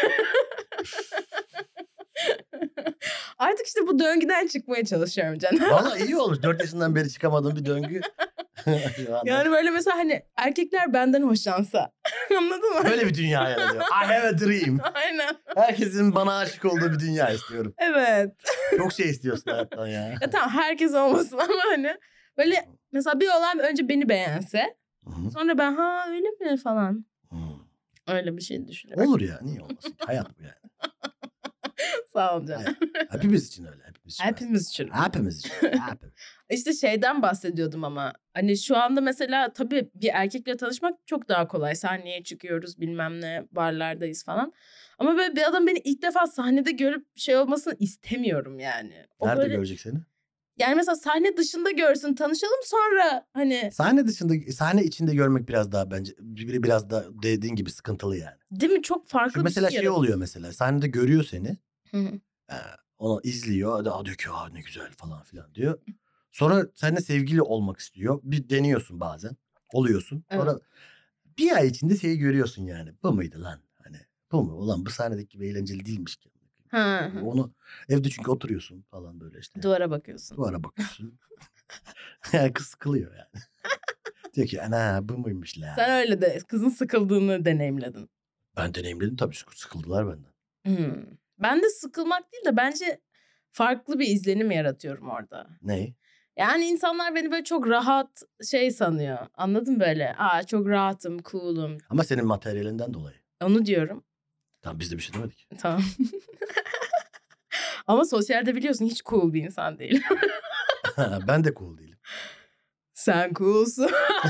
Speaker 1: Artık işte bu döngüden çıkmaya çalışıyorum Caner.
Speaker 2: Valla iyi olmuş. dört yaşından beri çıkamadığım bir döngü. Şu anda.
Speaker 1: Yani böyle mesela hani erkekler benden hoşlansa. Anladın mı?
Speaker 2: Böyle bir dünya yaratıyor. I have a dream.
Speaker 1: Aynen.
Speaker 2: Herkesin bana aşık olduğu bir dünya istiyorum.
Speaker 1: Evet.
Speaker 2: Çok şey istiyorsun hayattan ya.
Speaker 1: Ya tamam herkes olmasın ama hani böyle mesela bir olan önce beni beğense.
Speaker 2: Hı-hı.
Speaker 1: Sonra ben ha öyle mi falan.
Speaker 2: Hı.
Speaker 1: Öyle bir şey düşünüyorum.
Speaker 2: Olur ya niye olmasın? Hayat bu yani.
Speaker 1: Sağ ol canım.
Speaker 2: Hayat. Hepimiz için öyle. Hepimiz için.
Speaker 1: Hepimiz için.
Speaker 2: Hepimiz için. Hepimiz.
Speaker 1: İşte şeyden bahsediyordum ama hani şu anda mesela tabii bir erkekle tanışmak çok daha kolay. Sahneye çıkıyoruz bilmem ne barlardayız falan. Ama böyle bir adam beni ilk defa sahnede görüp şey olmasını istemiyorum yani. O
Speaker 2: Nerede
Speaker 1: böyle,
Speaker 2: görecek seni?
Speaker 1: yani mesela sahne dışında görsün tanışalım sonra hani
Speaker 2: Sahne dışında, sahne içinde görmek biraz daha bence bir- biraz da dediğin gibi sıkıntılı yani.
Speaker 1: değil mi çok farklı
Speaker 2: Çünkü
Speaker 1: bir
Speaker 2: mesela
Speaker 1: şey
Speaker 2: şey oluyor mesela sahnede görüyor seni.
Speaker 1: Hı hı.
Speaker 2: Ee, onu izliyor. Daha diyor ki "Aa, ne güzel falan filan diyor. Sonra seninle sevgili olmak istiyor. Bir deniyorsun bazen. Oluyorsun. Sonra bir ay içinde şeyi görüyorsun yani. Bu muydu lan? Hani bu mu? Ulan bu sahnedeki gibi eğlenceli değilmiş ki.
Speaker 1: Ha, ha.
Speaker 2: Onu evde çünkü oturuyorsun falan böyle işte.
Speaker 1: Duvara bakıyorsun.
Speaker 2: Duvara bakıyorsun. yani kız sıkılıyor yani. diyor ki ana bu muymuş la?
Speaker 1: Sen öyle de kızın sıkıldığını deneyimledin.
Speaker 2: Ben deneyimledim tabii sıkıldılar benden.
Speaker 1: Hmm. Ben de sıkılmak değil de bence farklı bir izlenim yaratıyorum orada.
Speaker 2: Ne?
Speaker 1: Yani insanlar beni böyle çok rahat şey sanıyor. Anladın mı böyle? Aa çok rahatım, cool'um.
Speaker 2: Ama senin materyalinden dolayı.
Speaker 1: Onu diyorum.
Speaker 2: Tamam biz de bir şey demedik.
Speaker 1: Tamam. Ama sosyalde biliyorsun hiç cool bir insan değilim.
Speaker 2: ben de cool değilim.
Speaker 1: Sen coolsun.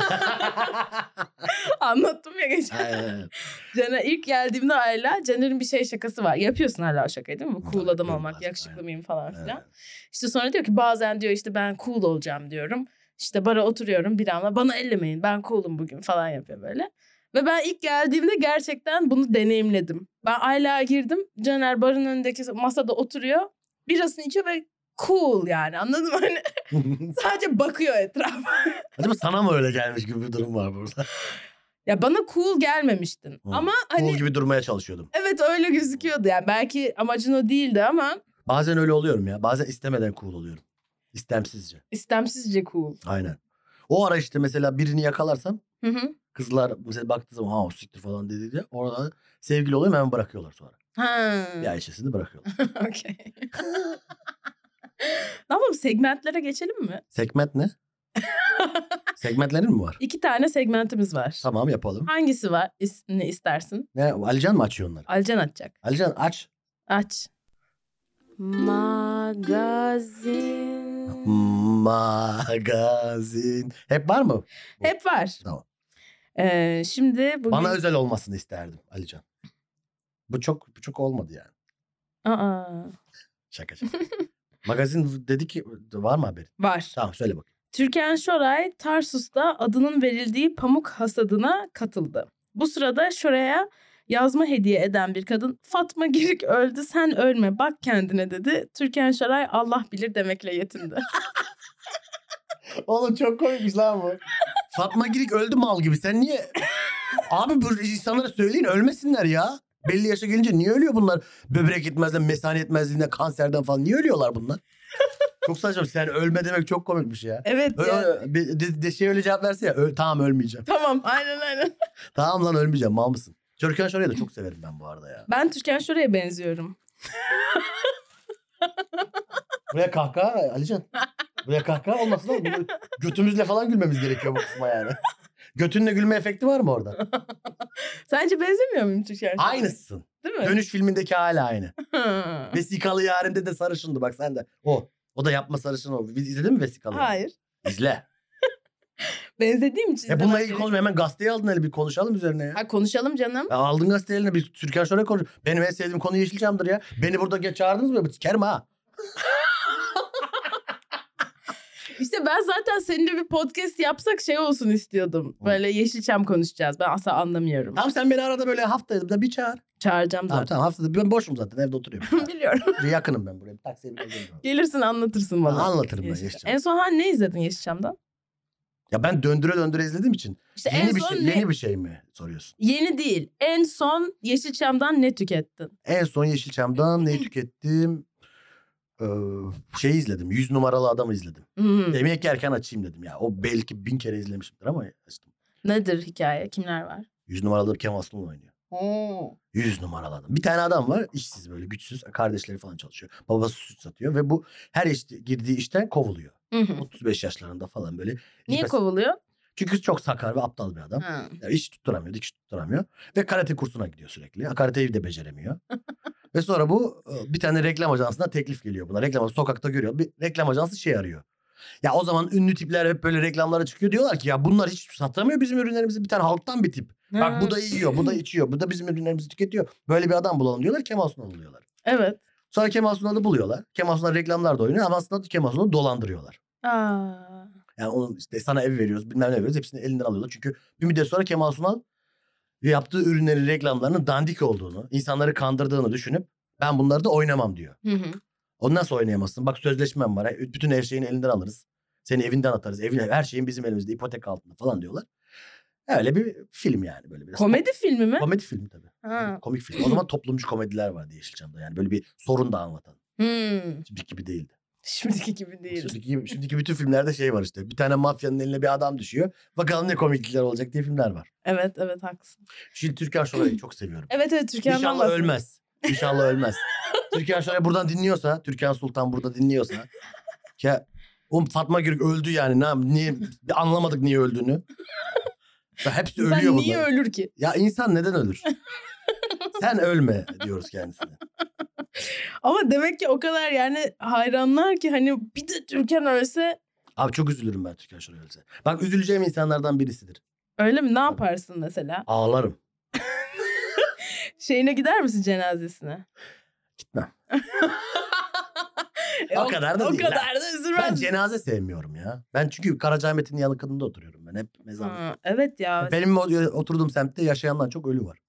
Speaker 1: Anlattım ya geçen.
Speaker 2: Evet.
Speaker 1: Caner ilk geldiğimde Ayla Caner'in bir şey şakası var. Yapıyorsun hala o şakayı değil mi? Cool
Speaker 2: Tabii,
Speaker 1: adam
Speaker 2: yapıyorum
Speaker 1: olmak,
Speaker 2: bazen,
Speaker 1: yakışıklı
Speaker 2: aynen.
Speaker 1: mıyım falan filan.
Speaker 2: Evet.
Speaker 1: İşte sonra diyor ki bazen diyor işte ben cool olacağım diyorum. İşte bara oturuyorum bir anda bana ellemeyin ben cool'um bugün falan yapıyor böyle. Ve ben ilk geldiğimde gerçekten bunu deneyimledim. Ben Ayla'ya girdim. Caner barın önündeki masada oturuyor. Birasını içiyor ve cool yani anladın mı? Hani sadece bakıyor etrafa.
Speaker 2: Acaba sana mı öyle gelmiş gibi bir durum var burada?
Speaker 1: Ya bana cool gelmemiştin.
Speaker 2: Hı.
Speaker 1: Ama hani
Speaker 2: Cool gibi durmaya çalışıyordum.
Speaker 1: evet öyle gözüküyordu yani. Belki amacın o değildi ama
Speaker 2: Bazen öyle oluyorum ya. Bazen istemeden cool oluyorum. İstemsizce.
Speaker 1: istemsizce cool.
Speaker 2: Aynen. O ara işte mesela birini yakalarsam
Speaker 1: Hı hı.
Speaker 2: kızlar mesela baktığı zaman ha o siktir falan dedi diye orada sevgili oluyor hemen bırakıyorlar sonra.
Speaker 1: Ha.
Speaker 2: Bir ay içerisinde bırakıyorlar.
Speaker 1: Okey. Ne yapalım segmentlere geçelim mi?
Speaker 2: Segment ne? Segmentlerin mi var?
Speaker 1: İki tane segmentimiz var.
Speaker 2: Tamam yapalım.
Speaker 1: Hangisi var? İs- ne istersin?
Speaker 2: Ne Alican mı açıyor onları?
Speaker 1: Alcan açacak.
Speaker 2: Alican aç.
Speaker 1: Aç. Magazin.
Speaker 2: Magazin. Hep var mı?
Speaker 1: Hep var.
Speaker 2: Tamam.
Speaker 1: Ee, şimdi bugün...
Speaker 2: Bana özel olmasını isterdim Alican. Bu çok bu çok olmadı yani.
Speaker 1: Aa,
Speaker 2: Şaka şaka. Magazin dedi ki var mı haberin?
Speaker 1: var.
Speaker 2: Tamam söyle bak.
Speaker 1: Türkan Şoray Tarsus'ta adının verildiği pamuk hasadına katıldı. Bu sırada Şoray'a yazma hediye eden bir kadın Fatma Girik öldü sen ölme bak kendine dedi. Türkan Şoray Allah bilir demekle yetindi.
Speaker 2: Oğlum çok komikmiş lan bu. Fatma Girik öldü mal gibi. Sen niye? Abi bu insanlara söyleyin ölmesinler ya. Belli yaşa gelince niye ölüyor bunlar? Böbrek yetmezden, mesane yetmezliğinden, kanserden falan. Niye ölüyorlar bunlar? Çok saçma. Sen ölme demek çok komikmiş ya.
Speaker 1: Evet
Speaker 2: Ö-
Speaker 1: ya.
Speaker 2: ö- de, de, de şey öyle cevap verse ya. Ö- tamam ölmeyeceğim.
Speaker 1: Tamam aynen aynen.
Speaker 2: Tamam lan ölmeyeceğim. Mal mısın? Türkan Şoray'ı da çok severim ben bu arada ya.
Speaker 1: Ben Türkan Şoray'a benziyorum.
Speaker 2: Buraya kahkaha Alican. Buraya kahkaha olmasın oğlum. Bunu götümüzle falan gülmemiz gerekiyor bu kısma yani. Götünle gülme efekti var mı orada?
Speaker 1: Sence benzemiyor muyum Türkan Şoray'a?
Speaker 2: Aynısın.
Speaker 1: Değil mi?
Speaker 2: Dönüş filmindeki hala aynı. Vesikalı Yarim'de de sarışındı bak sen de. O. O da yapma sarışın o. Biz izledin mi Vesikalı Yarim?
Speaker 1: Hayır.
Speaker 2: İzle.
Speaker 1: Benzediğim için.
Speaker 2: E bununla
Speaker 1: izlemek
Speaker 2: ilgili
Speaker 1: gerek-
Speaker 2: konuşma. Hemen gazeteyi aldın hele bir konuşalım üzerine ya.
Speaker 1: Ha, konuşalım canım.
Speaker 2: Ya aldın gazeteyi eline bir Türkan Şoray konuş. Benim en sevdiğim konu Yeşilçam'dır ya. Beni burada geç çağırdınız mı? Sikerim ha.
Speaker 1: İşte ben zaten seninle bir podcast yapsak şey olsun istiyordum. Böyle Yeşilçam konuşacağız. Ben asla anlamıyorum.
Speaker 2: Tamam sen beni arada böyle haftaya da bir çağır.
Speaker 1: Çağıracağım
Speaker 2: Tamam
Speaker 1: zaten.
Speaker 2: tamam haftada ben boşum zaten evde oturuyorum.
Speaker 1: Biliyorum.
Speaker 2: Yakınım ben buraya. Bir taksiye bir geleceğim.
Speaker 1: Gelirsin anlatırsın bana.
Speaker 2: Anlatırım ben
Speaker 1: Yeşilçam.
Speaker 2: Yeşilçam.
Speaker 1: En son ha ne izledin Yeşilçam'dan?
Speaker 2: Ya ben döndüre döndüre izlediğim için
Speaker 1: İşte
Speaker 2: yeni
Speaker 1: en
Speaker 2: bir
Speaker 1: son
Speaker 2: şey,
Speaker 1: ne?
Speaker 2: yeni bir şey mi soruyorsun?
Speaker 1: Yeni değil. En son Yeşilçam'dan ne tükettin?
Speaker 2: En son Yeşilçam'dan neyi tükettim? Ee, şeyi izledim. Yüz numaralı adamı izledim.
Speaker 1: Hmm.
Speaker 2: Yemek yerken açayım dedim ya. O belki bin kere izlemişimdir ama açtım.
Speaker 1: Nedir hikaye? Kimler var?
Speaker 2: Yüz numaralı Kemal Sunal oynuyor.
Speaker 1: Oo.
Speaker 2: Yüz numaralı adam. Bir tane adam var işsiz böyle güçsüz. Kardeşleri falan çalışıyor. Babası süt satıyor ve bu her işte, girdiği işten kovuluyor.
Speaker 1: Hı hı.
Speaker 2: otuz beş yaşlarında falan böyle.
Speaker 1: Niye
Speaker 2: Hiç-
Speaker 1: kovuluyor?
Speaker 2: Çünkü çok sakar ve aptal bir adam.
Speaker 1: Ha.
Speaker 2: Yani iş tutturamıyor, dikiş tutturamıyor. Ve karate kursuna gidiyor sürekli. Karateyi de beceremiyor. Ve sonra bu bir tane reklam ajansına teklif geliyor buna. Reklam sokakta görüyor. Bir reklam ajansı şey arıyor. Ya o zaman ünlü tipler hep böyle reklamlara çıkıyor. Diyorlar ki ya bunlar hiç satamıyor bizim ürünlerimizi. Bir tane halktan bir tip. Bak bu da yiyor, bu da içiyor, bu da bizim ürünlerimizi tüketiyor. Böyle bir adam bulalım diyorlar. Kemal Sunal buluyorlar.
Speaker 1: Evet.
Speaker 2: Sonra Kemal Sunal'ı buluyorlar. Kemal Sunal reklamlarda oynuyor ama aslında Kemal Sunal'ı dolandırıyorlar.
Speaker 1: Aa.
Speaker 2: Yani onun işte sana ev veriyoruz, bilmem ne veriyoruz. Hepsini elinden alıyorlar. Çünkü bir müddet sonra Kemal Sunal yaptığı ürünlerin reklamlarının dandik olduğunu, insanları kandırdığını düşünüp ben bunları da oynamam diyor.
Speaker 1: Hı hı.
Speaker 2: Onu nasıl oynayamazsın? Bak sözleşmem var. Bütün her şeyini elinden alırız. Seni evinden atarız. Evin, her şeyin bizim elimizde. İpotek altında falan diyorlar. Öyle bir film yani. Böyle biraz
Speaker 1: Komedi filmi mi?
Speaker 2: Komedi filmi tabii.
Speaker 1: Ha.
Speaker 2: Komik film. O zaman toplumcu komediler vardı Yeşilçam'da. Yani böyle bir sorun da anlatan.
Speaker 1: Hmm.
Speaker 2: Şimdiki gibi değildi.
Speaker 1: Şimdiki gibi değil.
Speaker 2: Şimdiki, gibi- şimdiki bütün filmlerde şey var işte. Bir tane mafyanın eline bir adam düşüyor. Bakalım ne komiklikler olacak diye filmler var.
Speaker 1: Evet evet haklısın.
Speaker 2: Şimdi Türkan Şoray'ı çok seviyorum.
Speaker 1: Evet evet Türkan'dan
Speaker 2: İnşallah
Speaker 1: bahsediyorum.
Speaker 2: ölmez. İnşallah ölmez. Türkan Şoray buradan dinliyorsa, Türkan Sultan burada dinliyorsa. Ya oğlum Fatma Girik öldü yani. Ne, niye, anlamadık niye öldüğünü. Ya hepsi
Speaker 1: İnsan
Speaker 2: ölüyor
Speaker 1: niye
Speaker 2: bunlar.
Speaker 1: ölür ki?
Speaker 2: Ya insan neden ölür? Sen ölme diyoruz kendisine.
Speaker 1: Ama demek ki o kadar yani hayranlar ki hani bir de Türkan ölse
Speaker 2: Abi çok üzülürüm ben Türkan Şoray ölse. Bak üzüleceğim insanlardan birisidir.
Speaker 1: öyle mi? Ne yaparsın mesela?
Speaker 2: Ağlarım.
Speaker 1: Şeyine gider misin cenazesine?
Speaker 2: Gitmem.
Speaker 1: E,
Speaker 2: O kadar da
Speaker 1: o
Speaker 2: değil
Speaker 1: kadar
Speaker 2: lan.
Speaker 1: da
Speaker 2: Ben
Speaker 1: üzülmez.
Speaker 2: cenaze sevmiyorum ya. Ben çünkü Karacaahmet'in yakınında oturuyorum ben. Hep mezarlık.
Speaker 1: Ha, evet ya.
Speaker 2: Benim o- oturduğum semtte yaşayandan çok ölü var.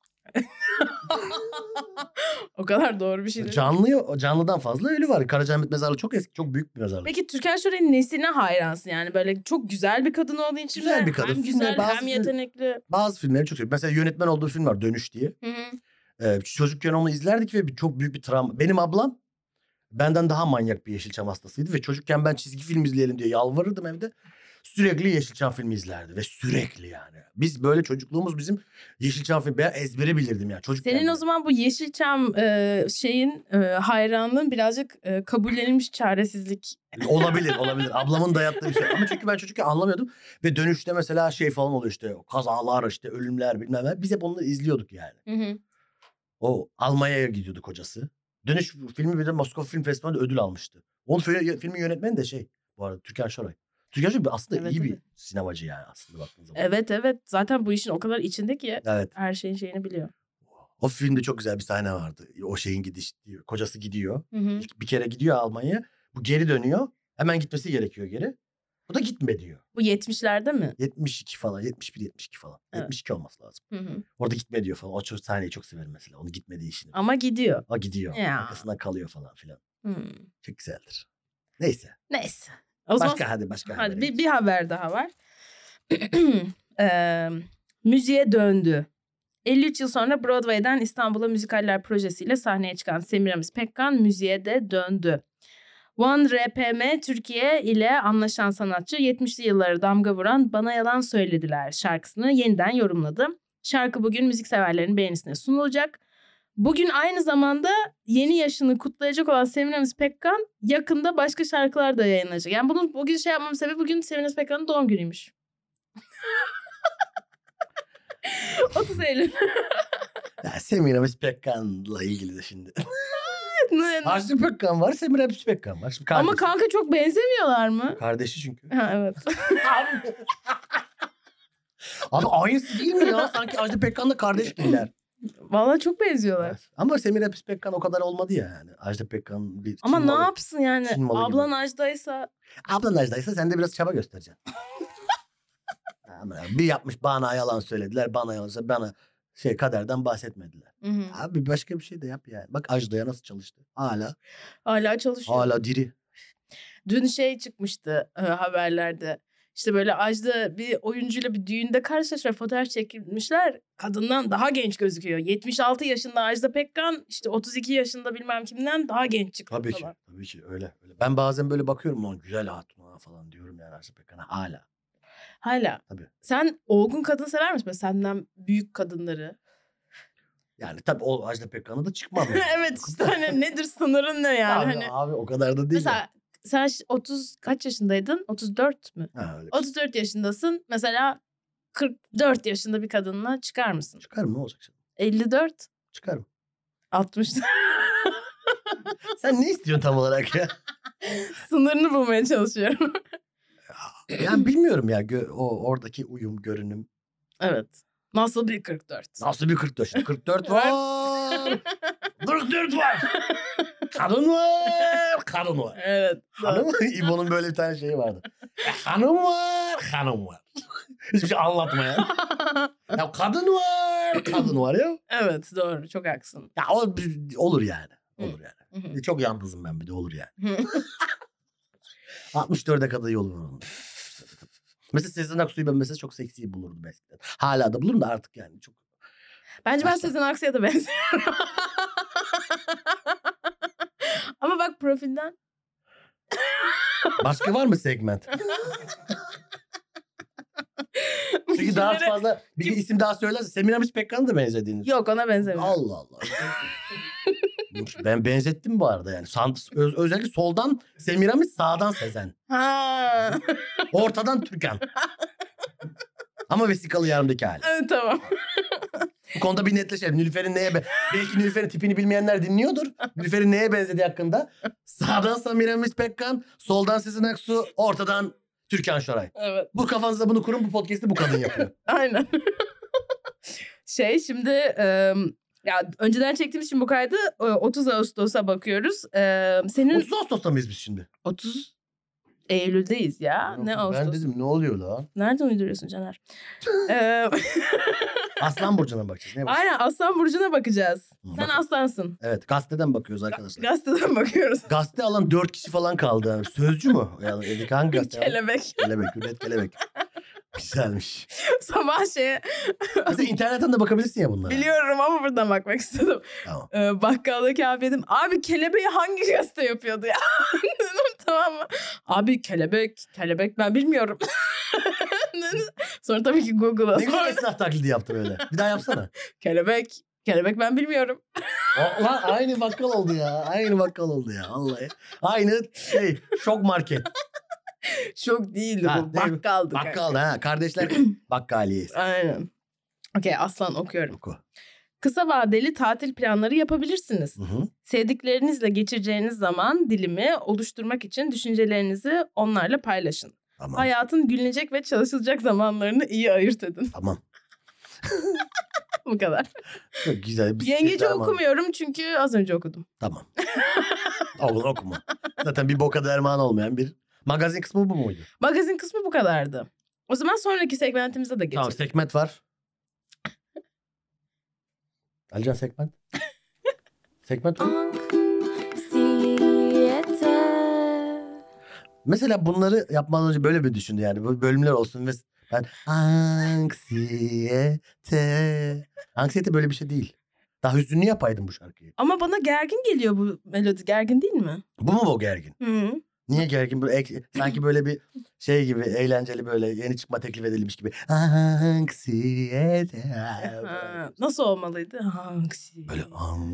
Speaker 1: O kadar doğru bir şey değil.
Speaker 2: Canlı, canlıdan fazla ölü var. Karacaahmet mezarlığı çok eski, çok büyük bir mezarlık.
Speaker 1: Peki Türkan Şoray'ın nesine hayransın yani? Böyle çok güzel bir kadın olduğu için
Speaker 2: Güzel
Speaker 1: mi?
Speaker 2: bir kadın.
Speaker 1: Hem
Speaker 2: Filmler,
Speaker 1: güzel
Speaker 2: bazı
Speaker 1: hem
Speaker 2: film-
Speaker 1: yetenekli.
Speaker 2: Bazı filmleri çok seviyorum. Mesela yönetmen olduğu film var Dönüş diye.
Speaker 1: Hı hı.
Speaker 2: Ee, çocukken onu izlerdik ve bir- çok büyük bir travma. Benim ablam benden daha manyak bir Yeşilçam hastasıydı ve çocukken ben çizgi film izleyelim diye yalvarırdım evde. Sürekli Yeşilçam filmi izlerdi ve sürekli yani. Biz böyle çocukluğumuz bizim Yeşilçam filmi. Ben ezbere bilirdim yani çocukken.
Speaker 1: Senin
Speaker 2: bile.
Speaker 1: o zaman bu Yeşilçam e, şeyin e, hayranlığın birazcık e, kabullenilmiş çaresizlik.
Speaker 2: Olabilir olabilir. Ablamın dayattığı bir şey. Ama çünkü ben çocukken anlamıyordum. Ve dönüşte mesela şey falan oluyor işte. Kazalar işte ölümler bilmem ne. Biz hep onları izliyorduk yani.
Speaker 1: Hı hı.
Speaker 2: O Almanya'ya gidiyordu kocası. Dönüş filmi bir de Moskova Film Festivali'nde ödül almıştı. Onun fi- filmin yönetmeni de şey bu arada Türkan Şoray. Türkan Şoray aslında
Speaker 1: Evet,
Speaker 2: iyi bir
Speaker 1: evet.
Speaker 2: sinemacı yani aslında baktığın zaman.
Speaker 1: Evet evet zaten bu işin o kadar içinde ki
Speaker 2: Evet.
Speaker 1: her şeyin şeyini biliyor.
Speaker 2: O filmde çok güzel bir sahne vardı. O şeyin gidiş, kocası gidiyor.
Speaker 1: Hı hı.
Speaker 2: İlk bir kere gidiyor Almanya'ya. Bu geri dönüyor. Hemen gitmesi gerekiyor geri. Bu da gitme diyor.
Speaker 1: Bu yetmişlerde mi?
Speaker 2: yetmiş iki falan. yetmiş bir yetmiş iki falan.
Speaker 1: Evet.
Speaker 2: yetmiş iki olması lazım.
Speaker 1: Hı hı.
Speaker 2: Orada gitme diyor falan. O çok sahneyi çok severim mesela. Onu gitmediği işini.
Speaker 1: Ama gidiyor.
Speaker 2: O gidiyor.
Speaker 1: Ya.
Speaker 2: Arkasından kalıyor falan filan.
Speaker 1: Hı.
Speaker 2: Çok güzeldir. Neyse.
Speaker 1: Neyse. O zaman
Speaker 2: Başka hadi başka.
Speaker 1: hadi
Speaker 2: habere
Speaker 1: bir,
Speaker 2: geçelim.
Speaker 1: bir haber daha var. Eee, müziğe döndü. elli üç yıl sonra Broadway'den İstanbul'a müzikaller projesiyle sahneye çıkan Semiramis Pekkan müziğe de döndü. One R P M Türkiye ile anlaşan sanatçı yetmişli yılları damga vuran Bana Yalan Söylediler şarkısını yeniden yorumladı. Şarkı bugün müzikseverlerin beğenisine sunulacak. Bugün aynı zamanda yeni yaşını kutlayacak olan Semiramis Pekkan yakında başka şarkılar da yayınlayacak. Yani bunun bugün şey yapmamın sebebi bugün Semiramis Pekkan'ın doğum günüymüş. otuz Eylül.
Speaker 2: Ya Semiramis Pekkan'la ilgili de şimdi.
Speaker 1: Ne-
Speaker 2: Ajda Pekkan var, Semiramis Pekkan var. Şimdi
Speaker 1: Ama
Speaker 2: kardeşi.
Speaker 1: kanka çok benzemiyorlar mı?
Speaker 2: Kardeşi çünkü.
Speaker 1: Ha evet.
Speaker 2: Abi aynısı değil mi ya? Sanki Ajda Pekkan'la kardeş gibiler.
Speaker 1: Vallahi çok benziyorlar.
Speaker 2: Evet. Ama Semiramis Pekkan o kadar olmadı ya yani. Ajda Pekkan bir
Speaker 1: Ama
Speaker 2: Çin
Speaker 1: ne
Speaker 2: malı.
Speaker 1: yapsın yani?
Speaker 2: Çin malı
Speaker 1: Ablan
Speaker 2: gibi.
Speaker 1: Ajda'ysa
Speaker 2: Ablan Ajda'ysa sen de biraz çaba göstereceksin. Ama bir yapmış bana yalan söylediler. Bana yalan söylediler. Bana şey kaderden bahsetmediler.
Speaker 1: hı hı.
Speaker 2: Abi başka bir şey de yap yani. Bak Ajda'ya nasıl çalıştı. Hala.
Speaker 1: Hala çalışıyor.
Speaker 2: Hala diri.
Speaker 1: Dün şey çıkmıştı e, haberlerde. İşte böyle Ajda bir oyuncuyla bir düğünde karşılaş ve fotoğraf çekilmişler. Kadından daha genç gözüküyor. yetmiş altı yaşında Ajda Pekkan, işte otuz iki yaşında bilmem kimden daha genç çıktı
Speaker 2: Tabii ki.
Speaker 1: falan.
Speaker 2: Tabii ki öyle. öyle. Ben bazen böyle bakıyorum lan güzel hatun ha falan diyorum yani Ajda Pekkan'a hala.
Speaker 1: Hala.
Speaker 2: Tabii.
Speaker 1: Sen olgun kadın sever misin? Böyle senden büyük kadınları.
Speaker 2: Yani tabii o Ajda Pekkan'a da çıkmam. yani.
Speaker 1: Evet işte hani nedir sınırın ne yani?
Speaker 2: abi,
Speaker 1: Hani
Speaker 2: abi o kadar da değil.
Speaker 1: mesela
Speaker 2: ya.
Speaker 1: sen ş- otuz kaç yaşındaydın? otuz dört mü?
Speaker 2: Ha, öyle.
Speaker 1: otuz dört yaşındasın. Mesela kırk dört yaşında bir kadınla çıkar mısın?
Speaker 2: Çıkar mı ne olacak şimdi?
Speaker 1: elli dört,
Speaker 2: Çıkar mı?
Speaker 1: altmış.
Speaker 2: Sen ne istiyorsun tam olarak ya?
Speaker 1: Sınırını bulmaya çalışıyorum.
Speaker 2: Yani bilmiyorum ya gö- o oradaki uyum, görünüm.
Speaker 1: Evet. Nasıl bir kırk dört?
Speaker 2: Nasıl bir kırk dört? Şimdi kırk dört var. kırk dört var. Kadın var. Kadın var.
Speaker 1: Evet.
Speaker 2: Hanım İbo'nun böyle bir tane şeyi vardı. E, hanım var. Hanım var. Hiçbir şey anlatma ya. Ya kadın var. Kadın var ya.
Speaker 1: Evet doğru. Çok haklısın.
Speaker 2: Ya o, olur yani. Olur yani.
Speaker 1: Hı hı.
Speaker 2: Çok yalnızım ben bir de olur yani.
Speaker 1: Hı.
Speaker 2: altmış dörde kadar yol var onun. Mesela Sezen Aksu'yu ben mesela çok seksi bulurdum eskiden. Hala da bulurum da artık yani çok.
Speaker 1: Bence ben
Speaker 2: Başla.
Speaker 1: Sezen Aksu'ya da benziyorum. Ama bak profilden.
Speaker 2: Başka var mı segment? Çünkü daha
Speaker 1: Kimlere-
Speaker 2: fazla bir isim daha söylerse Semiramis Pekkan'a da benzediğiniz.
Speaker 1: Yok ona benzemiyor.
Speaker 2: Allah Allah. Ben benzettim bu arada yani. San- öz- özellikle soldan Semiramis, sağdan Sezen.
Speaker 1: Ha.
Speaker 2: Ortadan Türkan. Ama vesikalı yarımdaki hali.
Speaker 1: Evet, tamam.
Speaker 2: Bu konuda bir netleşelim. Nilüfer'in neye be belki Nilüfer'in tipini bilmeyenler dinliyordur. Nilüfer'in neye benzediği hakkında. Sağdan Semiramis Pekkan, soldan Sezen Aksu, ortadan Türkan Şoray.
Speaker 1: Evet.
Speaker 2: Bu kafanızda bunu kurun, bu podcast'i bu kadın yapıyor.
Speaker 1: Aynen. Şey şimdi e, ya önceden çektiğimiz için bu kaydı e, otuz Ağustos'a bakıyoruz. E, senin
Speaker 2: otuz Ağustos'ta mıyız biz şimdi?
Speaker 1: otuz Eylül'deyiz ya. Ne
Speaker 2: Ben
Speaker 1: Ağustos?
Speaker 2: dedim ne oluyor lan?
Speaker 1: Nereden uyduruyorsun Caner? Ee,
Speaker 2: Aslan Burcu'na bakacağız. Ne bakacağız?
Speaker 1: Aynen Aslan Burcu'na bakacağız.
Speaker 2: Hı,
Speaker 1: Sen
Speaker 2: bakın.
Speaker 1: aslansın.
Speaker 2: Evet, gazeteden bakıyoruz arkadaşlar.
Speaker 1: Gazeteden bakıyoruz.
Speaker 2: Gazete alan dört kişi falan kaldı. Yani sözcü mü? Yani evdeki hangi gazete?
Speaker 1: Kelebek.
Speaker 2: Kelebek, Hürriyet Kelebek. Güzelmiş.
Speaker 1: Sabah şeye
Speaker 2: Mesela internetten de bakabilirsin ya bunlara.
Speaker 1: biliyorum ama buradan bakmak istedim.
Speaker 2: Tamam.
Speaker 1: Ee, bakkaldaki abi dedim. Abi kelebeği hangi gazete yapıyordu ya? Dedim tamam mı? Abi kelebek, kelebek ben bilmiyorum. Sonra tabii ki Google'a
Speaker 2: Ne güzel
Speaker 1: sordum.
Speaker 2: esnaf taklidi yaptı böyle. Bir daha yapsana.
Speaker 1: Kelebek, kelebek ben bilmiyorum.
Speaker 2: O, lan aynı bakkal oldu ya. Aynı bakkal oldu ya. Vallahi. Aynı şey. Şok market.
Speaker 1: Şok değildi
Speaker 2: Ha,
Speaker 1: bu.
Speaker 2: değil mi?
Speaker 1: Bakkaldı.
Speaker 2: Bakkal ha. Kardeşler bakkaliyeyiz.
Speaker 1: Aynen. Okey Aslan okuyorum.
Speaker 2: Oku.
Speaker 1: Kısa vadeli tatil planları yapabilirsiniz.
Speaker 2: Hı hı.
Speaker 1: Sevdiklerinizle geçireceğiniz zaman dilimi oluşturmak için düşüncelerinizi onlarla paylaşın.
Speaker 2: Tamam.
Speaker 1: Hayatın gülünecek ve çalışılacak zamanlarını iyi ayırt edin.
Speaker 2: Tamam.
Speaker 1: Bu kadar.
Speaker 2: Çok güzel. Bir
Speaker 1: Yengeci
Speaker 2: tamam.
Speaker 1: okumuyorum çünkü az önce okudum.
Speaker 2: Tamam. Oğlum okuma. Zaten bir boka derman olmayan bir magazin kısmı bu muydu?
Speaker 1: Magazin kısmı bu kadardı. O zaman sonraki segmentimize de geçelim.
Speaker 2: Tamam, segment var. Alican segment. Segment var.
Speaker 3: Anksiyete.
Speaker 2: Mesela bunları yapmadan önce böyle bir düşündü yani. Böyle bölümler olsun ve ben anksiyete. Anksiyete böyle bir şey değil. Daha hüzünlü yapaydım bu şarkıyı.
Speaker 1: Ama bana gergin geliyor bu melodi. Gergin değil mi?
Speaker 2: Bu mu bu gergin?
Speaker 1: Hı.
Speaker 2: Niye gergin? Böyle ek- sanki böyle bir şey gibi eğlenceli böyle yeni çıkma teklif edilmiş gibi. Anksiyete.
Speaker 1: Ha, nasıl olmalıydı? Hangisi?
Speaker 2: Böyle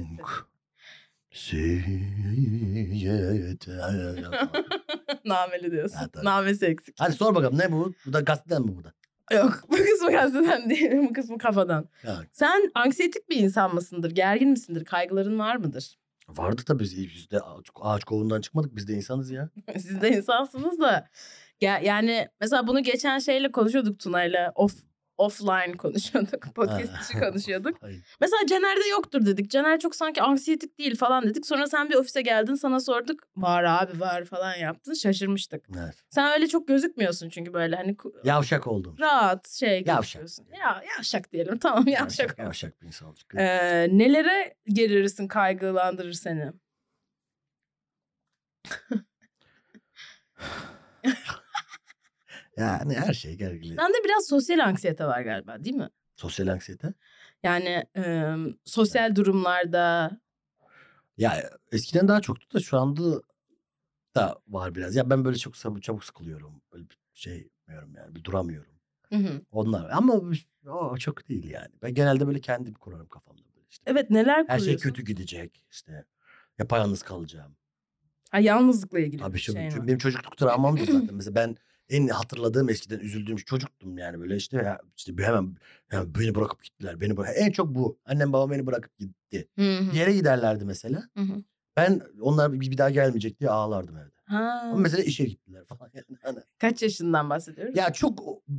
Speaker 2: anksiyete.
Speaker 1: Nameli diyorsun.
Speaker 2: Ha, tabii.
Speaker 1: Namesi eksik.
Speaker 2: Hadi sor bakalım ne bu? Bu da gazeteden mi bu da?
Speaker 1: Yok bu kısmı gazeteden değil, bu kısmı kafadan.
Speaker 2: Ya,
Speaker 1: Sen anksiyetik bir insan mısındır? Gergin misindir? Kaygıların var mıdır?
Speaker 2: vardı tabii biz de ağaç, ağaç kovuğundan çıkmadık. Biz de insanız ya.
Speaker 1: Siz de insansınız da. Ya, yani mesela bunu geçen şeyle konuşuyorduk Tuna'yla. Off, offline konuşuyorduk. Podcast dışı konuşuyorduk.
Speaker 2: Hayır.
Speaker 1: Mesela Caner'de yoktur dedik. Caner çok sanki anksiyetik değil falan dedik. Sonra sen bir ofise geldin, sana sorduk. Var abi var falan yaptın. Şaşırmıştık.
Speaker 2: Evet.
Speaker 1: Sen öyle çok gözükmüyorsun çünkü böyle hani ku-
Speaker 2: Yavşak oldum.
Speaker 1: rahat şey
Speaker 2: Yavşak.
Speaker 1: gözüküyorsun. Ya yavşak diyelim, tamam yavşak.
Speaker 2: Yavşak,
Speaker 1: ol.
Speaker 2: yavşak bir insan olduk.
Speaker 1: Ee, nelere gerilirsin, kaygılandırır seni?
Speaker 2: Yani her şey gergili.
Speaker 1: Sende biraz sosyal anksiyete var galiba, değil mi?
Speaker 2: Sosyal anksiyete.
Speaker 1: Yani e, sosyal durumlarda.
Speaker 2: Ya eskiden daha çoktu da şu anda da var biraz. Ya ben böyle çok çabuk, çabuk sıkılıyorum. Böyle bir şey yapmıyorum yani. Bir duramıyorum.
Speaker 1: Hı hı.
Speaker 2: Onlar ama o çok değil yani. Ben genelde böyle kendim kurarım kafamda böyle işte.
Speaker 1: Evet, neler
Speaker 2: Her
Speaker 1: kuruyorsun?
Speaker 2: şey kötü gidecek işte. Yapayalnız kalacağım.
Speaker 1: Ha, yalnızlıkla ilgili
Speaker 2: Tabii
Speaker 1: bir
Speaker 2: şimdi,
Speaker 1: şey
Speaker 2: çünkü
Speaker 1: mi?
Speaker 2: benim çocukluk travmam da zaten. Mesela ben en hatırladığım eskiden üzüldüğüm çocuktum yani böyle işte ya işte hemen, hemen beni bırakıp gittiler. Beni bırak- en çok bu. Annem babam beni bırakıp gitti.
Speaker 1: Hı hı.
Speaker 2: Bir yere giderlerdi mesela.
Speaker 1: Hı hı.
Speaker 2: Ben onlar bir bir daha gelmeyecek diye ağlardım evde.
Speaker 1: Ha.
Speaker 2: Ama mesela işe gittiler falan yani. Hani
Speaker 1: Kaç yaşından bahsediyoruz?
Speaker 2: ya çok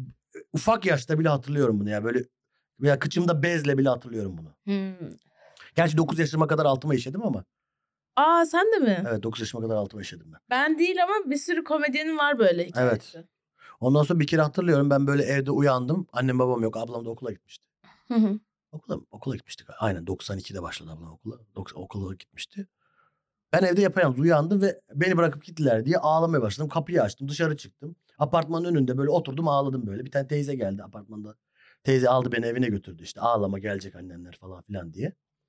Speaker 2: ufak yaşta bile hatırlıyorum bunu ya böyle veya kıçımda bezle bile hatırlıyorum bunu.
Speaker 1: Hı.
Speaker 2: Gerçi dokuz yaşıma kadar altıma işedim ama.
Speaker 1: Aa, sen de mi?
Speaker 2: Evet dokuz yaşıma kadar altıma işedim ben.
Speaker 1: Ben değil ama bir sürü komedyenin var böyle hikayesi.
Speaker 2: Evet. Ondan sonra bir kere hatırlıyorum ben böyle evde uyandım. Annem babam yok, ablam da okula gitmişti.
Speaker 1: Hı hı.
Speaker 2: Okula, okula gitmiştik. Aynen doksan ikide başladı ablam okula. doksan, okula gitmişti. Ben evde yapayalnız uyandım ve beni bırakıp gittiler diye ağlamaya başladım. Kapıyı açtım, dışarı çıktım. Apartmanın önünde böyle oturdum, ağladım böyle. Bir tane teyze geldi apartmanda. Teyze aldı beni evine götürdü işte. Ağlama, gelecek annenler falan filan diye.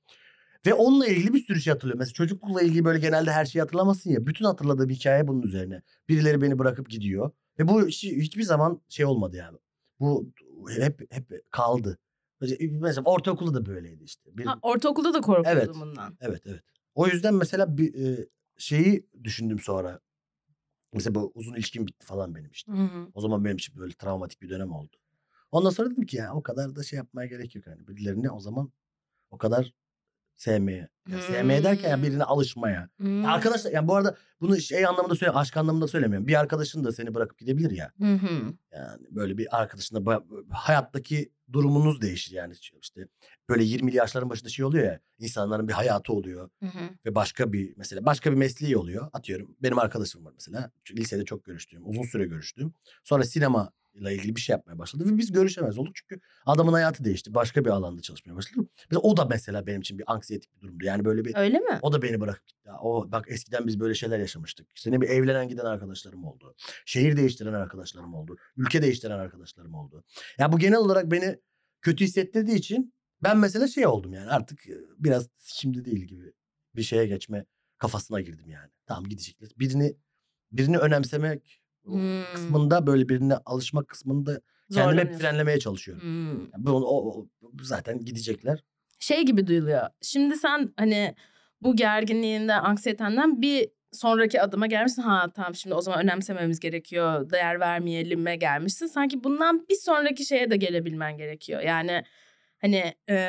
Speaker 2: Ve onunla ilgili bir sürü şey hatırlıyorum. Mesela çocuklukla ilgili böyle genelde her şeyi hatırlamazsın ya. Bütün hatırladığım hikaye bunun üzerine. Birileri beni bırakıp gidiyor. Ve bu işi hiçbir zaman şey olmadı yani. Bu hep hep kaldı. Mesela ortaokulda da böyleydi işte. Bir,
Speaker 1: Ha, ortaokulda da korkuyordum
Speaker 2: Evet.
Speaker 1: bundan.
Speaker 2: Evet evet. O yüzden mesela bir e, şeyi düşündüm sonra. Mesela bu uzun ilişkim bitti falan benim işte.
Speaker 1: Hı hı.
Speaker 2: O zaman benim için böyle travmatik bir dönem oldu. Ondan sonra dedim ki ya o kadar da şey yapmaya gerek yok. Yani birilerini o zaman o kadar sevmeye. Ya sevmeye derken ya birine alışmaya.
Speaker 1: Hmm.
Speaker 2: Ya arkadaşlar yani bu arada bunu şey anlamında söyle, aşk anlamında söylemiyorum. Bir arkadaşın da seni bırakıp gidebilir ya.
Speaker 1: Hı hı.
Speaker 2: Yani böyle bir arkadaşınla ba- hayattaki durumunuz değişir yani işte böyle yirmili yaşların başında şey oluyor ya, insanların bir hayatı oluyor
Speaker 1: Hı hı.
Speaker 2: ve başka bir mesela başka bir mesleği oluyor. Atıyorum benim arkadaşım var mesela, lisede çok görüştüğüm, uzun süre görüştüğüm, sonra sinema ile ilgili bir şey yapmaya başladı ve biz görüşemez olduk çünkü adamın hayatı değişti, başka bir alanda çalışmaya başladı. Mesela o da mesela benim için bir anksiyetik bir durumdu yani böyle bir,
Speaker 1: Öyle mi?
Speaker 2: o da beni bırakıp gitti. Ya O bak eskiden biz böyle şeyler yaşamıştık. İşte ne bir evlenen giden arkadaşlarım oldu. Şehir değiştiren arkadaşlarım oldu. Ülke değiştiren arkadaşlarım oldu. Ya bu genel olarak beni kötü hissettirdiği için ben mesela şey oldum yani artık e, biraz şimdi değil gibi bir şeye geçme kafasına girdim yani. Tamam gidecekler. Birini birini önemsemek
Speaker 1: Hmm.
Speaker 2: kısmında, böyle birine alışmak kısmında kendimi hep
Speaker 1: Zorlanıyorsun.
Speaker 2: frenlemeye çalışıyorum.
Speaker 1: Hmm.
Speaker 2: Yani bu, o, o- zaten gidecekler.
Speaker 1: Şey gibi duyuluyor. Şimdi sen hani bu gerginliğinden, anksiyetenden bir sonraki adıma gelmişsin. Ha tamam, şimdi o zaman önemsememiz gerekiyor. Değer vermeyelim'e gelmişsin. Sanki bundan bir sonraki şeye de gelebilmen gerekiyor. Yani hani e,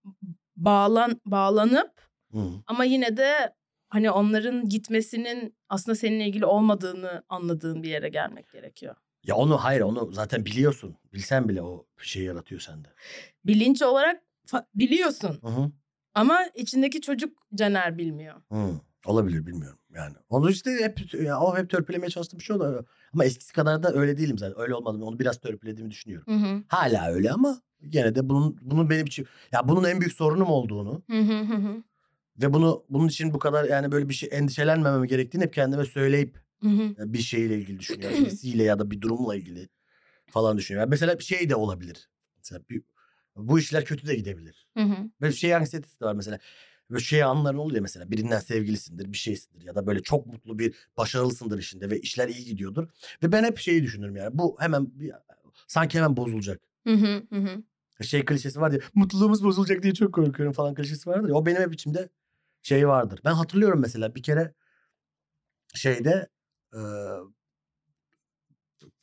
Speaker 1: bağlan bağlanıp
Speaker 2: Hı.
Speaker 1: ama yine de hani onların gitmesinin aslında seninle ilgili olmadığını anladığın bir yere gelmek gerekiyor.
Speaker 2: Ya onu hayır onu zaten biliyorsun. Bilsen bile o şeyi yaratıyor sende.
Speaker 1: Bilinç olarak fa- biliyorsun
Speaker 2: Hı hı.
Speaker 1: ama içindeki çocuk Caner bilmiyor.
Speaker 2: Hı. Olabilir bilmiyorum yani. Onu işte hep ya, o hep törpülemeye çalıştığım bir şey oluyor. Ama eskisi kadar da öyle değilim zaten. Öyle olmadım. Onu biraz törpülediğimi düşünüyorum.
Speaker 1: Hı hı.
Speaker 2: Hala öyle ama gene de bunun bunun benim için ya bunun en büyük sorunum olduğunu
Speaker 1: Hı hı hı hı.
Speaker 2: ve bunu bunun için bu kadar yani böyle bir şey endişelenmemem gerektiğini hep kendime söyleyip
Speaker 1: Hı hı.
Speaker 2: bir şeyle ilgili düşünüyorum. Birisiyle ya da bir durumla ilgili falan düşünüyorum. Yani mesela bir şey de olabilir. Mesela bir, bu işler kötü de gidebilir.
Speaker 1: Hı hı.
Speaker 2: Böyle şey anksiyetesi de var mesela. Böyle şey anların oluyor mesela. Birinden sevgilisindir, bir şeysindir ya da böyle çok mutlu bir başarılısındır işinde ve işler iyi gidiyordur. Ve ben hep şeyi düşünürüm yani. Bu hemen bir, sanki hemen bozulacak.
Speaker 1: Hı hı hı hı.
Speaker 2: Şey klişesi var ya, mutluluğumuz bozulacak diye çok korkuyorum falan klişesi vardır ya. O benim hep içimde şey vardır. Ben hatırlıyorum mesela bir kere şeyde e,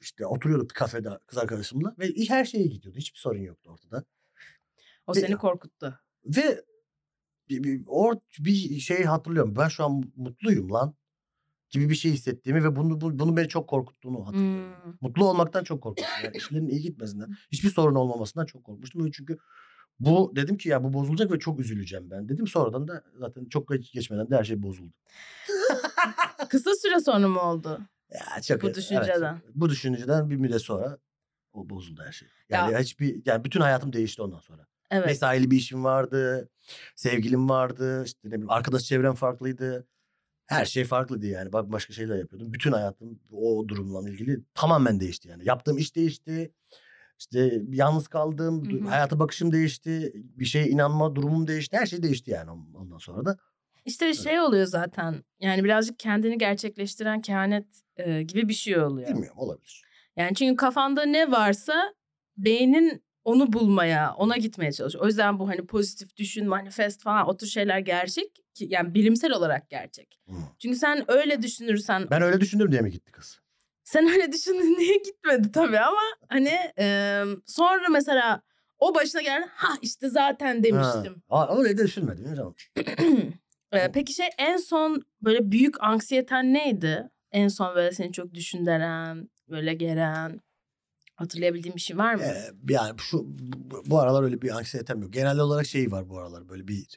Speaker 2: işte oturuyorduk bir kafede kız arkadaşımla ve her şeye gidiyordu. Hiçbir sorun yoktu ortada.
Speaker 1: O
Speaker 2: Ve-
Speaker 1: seni korkuttu.
Speaker 2: Ve bir, bir, or, bir şey hatırlıyorum. Ben şu an mutluyum lan gibi bir şey hissettiğimi ve bunu bu, bunu beni çok korkuttuğunu hatırlıyorum.
Speaker 1: Hmm.
Speaker 2: Mutlu olmaktan çok korkmuştum. Yani işlerin iyi gitmesinden, hiçbir sorun olmamasından çok korkmuştum. Çünkü bu dedim ki ya bu bozulacak ve çok üzüleceğim ben dedim. Sonradan da zaten çok geç- geçmeden de her şey bozuldu.
Speaker 1: Kısa süre sonra mı oldu?
Speaker 2: Ya çok
Speaker 1: Bu düşünceden.
Speaker 2: Evet, bu düşünceden bir müddet sonra o bozuldu her şey. Yani
Speaker 1: Ya-
Speaker 2: hiçbir yani bütün hayatım değişti ondan sonra.
Speaker 1: Evet.
Speaker 2: Mesaili bir işim vardı. Sevgilim vardı. İşte ne bileyim arkadaş çevrem farklıydı. Her şey farklıydı yani. Bak başka şeyler yapıyordum. Bütün hayatım o durumla ilgili tamamen değişti yani. Yaptığım iş değişti. İşte yalnız kaldım.
Speaker 1: Hı hı.
Speaker 2: Hayata bakışım değişti. Bir şeye inanma durumum değişti. Her şey değişti yani ondan sonra da.
Speaker 1: İşte şey oluyor zaten. Yani birazcık kendini gerçekleştiren kehanet e, gibi bir şey oluyor.
Speaker 2: Bilmiyorum olabilir.
Speaker 1: Yani çünkü kafanda ne varsa beynin onu bulmaya, ona gitmeye çalışıyor. O yüzden bu hani pozitif düşün, manifest falan o tür şeyler gerçek. Ki, yani bilimsel olarak gerçek.
Speaker 2: Hı.
Speaker 1: Çünkü sen öyle düşünürsen,
Speaker 2: Ben öyle düşündüm diye mi gitti kız?
Speaker 1: sen öyle düşündün diye gitmedi tabii ama hani e, sonra mesela o başına geldi. Ha işte zaten demiştim.
Speaker 2: Ha. Aa, öyle de düşünmedim ya canım.
Speaker 1: Ee, peki şey en son böyle büyük anksiyeten neydi? En son böyle seni çok düşündüren, böyle geren, hatırlayabildiğin bir şey var mı?
Speaker 2: Ee, yani şu bu, bu aralar öyle bir anksiyetem yok. Genel olarak şey var bu aralar böyle bir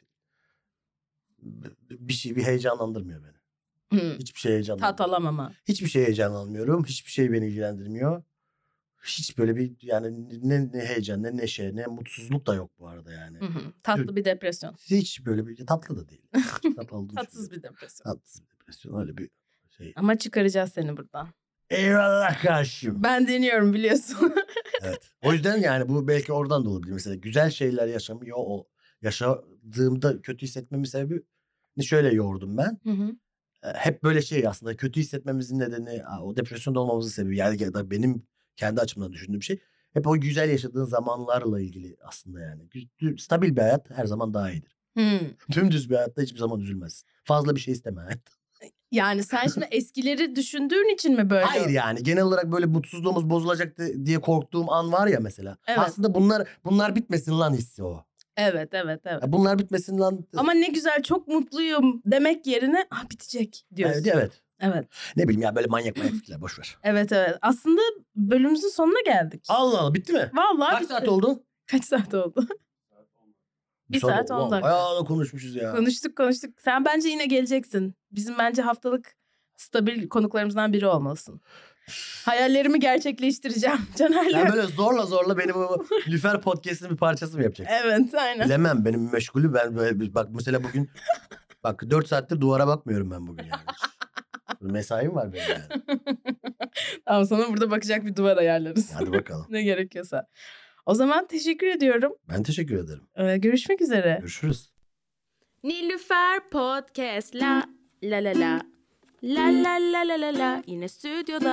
Speaker 2: bir şey bir heyecanlandırmıyor beni.
Speaker 1: Hı,
Speaker 2: Hiçbir şey heyecanlandırmıyor.
Speaker 1: tat alamama.
Speaker 2: Hiçbir şey heyecanlanmıyorum. Hiçbir şey beni ilgilendirmiyor. Hiç böyle bir yani ne, ne heyecan ne neşe ne mutsuzluk da yok bu arada yani.
Speaker 1: Hı hı, tatlı bir depresyon.
Speaker 2: Hiç böyle bir tatlı da değil. Hiç tatlı olduğunu
Speaker 1: Tatsız
Speaker 2: düşünmüyorum.
Speaker 1: bir depresyon.
Speaker 2: Tatsız bir depresyon öyle bir şey.
Speaker 1: Ama çıkaracağız seni buradan.
Speaker 2: Eyvallah karşım.
Speaker 1: Ben deniyorum biliyorsun.
Speaker 2: Evet. O yüzden yani bu belki oradan da olabilir. Mesela güzel şeyler yaşamıyor. O yaşadığımda kötü hissetmemin sebebi ni şöyle yoğurdum ben.
Speaker 1: Hı hı.
Speaker 2: Ee, Hep böyle şey aslında kötü hissetmemizin nedeni aa, o depresyonda olmamızın sebebi yani ya da benim kendi açımdan düşündüğüm şey hep o güzel yaşadığın zamanlarla ilgili aslında yani. Gü- Stabil bir hayat her zaman daha iyidir.
Speaker 1: Hı.
Speaker 2: Dümdüz bir hayatta hiçbir zaman üzülmezsin. Fazla bir şey isteme hayatta.
Speaker 1: Yani sen şimdi eskileri düşündüğün için mi böyle?
Speaker 2: Hayır yani genel olarak böyle mutsuzluğumuz bozulacaktı diye korktuğum an var ya mesela.
Speaker 1: Evet.
Speaker 2: Aslında bunlar bunlar bitmesin lan hissi o.
Speaker 1: Evet, evet, evet.
Speaker 2: Ya bunlar bitmesin lan.
Speaker 1: Ama ne güzel, çok mutluyum demek yerine ah bitecek diyorsun.
Speaker 2: Evet, evet.
Speaker 1: Evet.
Speaker 2: Ne bileyim ya böyle manyak manyak fikirler boş ver.
Speaker 1: Evet, evet. Aslında bölümümüzün sonuna geldik.
Speaker 2: Allah Allah bitti mi?
Speaker 1: Vallahi
Speaker 2: Kaç
Speaker 1: bitti.
Speaker 2: saat oldu?
Speaker 1: Kaç saat oldu? Bir saat on
Speaker 2: Ulan
Speaker 1: dakika.
Speaker 2: Bayağı da konuşmuşuz ya.
Speaker 1: Konuştuk konuştuk. Sen bence yine geleceksin. Bizim bence haftalık stabil konuklarımızdan biri olmalısın. Hayallerimi gerçekleştireceğim Caner'le.
Speaker 2: Yani böyle zorla zorla benim o Lüfer Podcast'ın bir parçası mı yapacaksın?
Speaker 1: Evet, aynen.
Speaker 2: Bilemem benim meşgulü ben böyle bak mesela bugün bak dört saattir duvara bakmıyorum ben bugün yani. Mesaim var benim yani.
Speaker 1: Tamam, sana burada bakacak bir duvar ayarlarız.
Speaker 2: Hadi bakalım.
Speaker 1: Ne gerekiyorsa. O zaman teşekkür ediyorum.
Speaker 2: Ben teşekkür ederim.
Speaker 1: Ee, görüşmek üzere.
Speaker 2: Görüşürüz.
Speaker 3: Nilüfer Podcast la la la la la la la la la la yine stüdyoda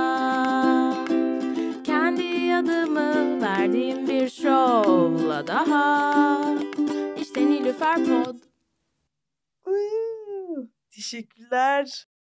Speaker 3: kendi adımı verdiğim bir şovla daha işte Nilüfer Pod.
Speaker 1: Teşekkürler.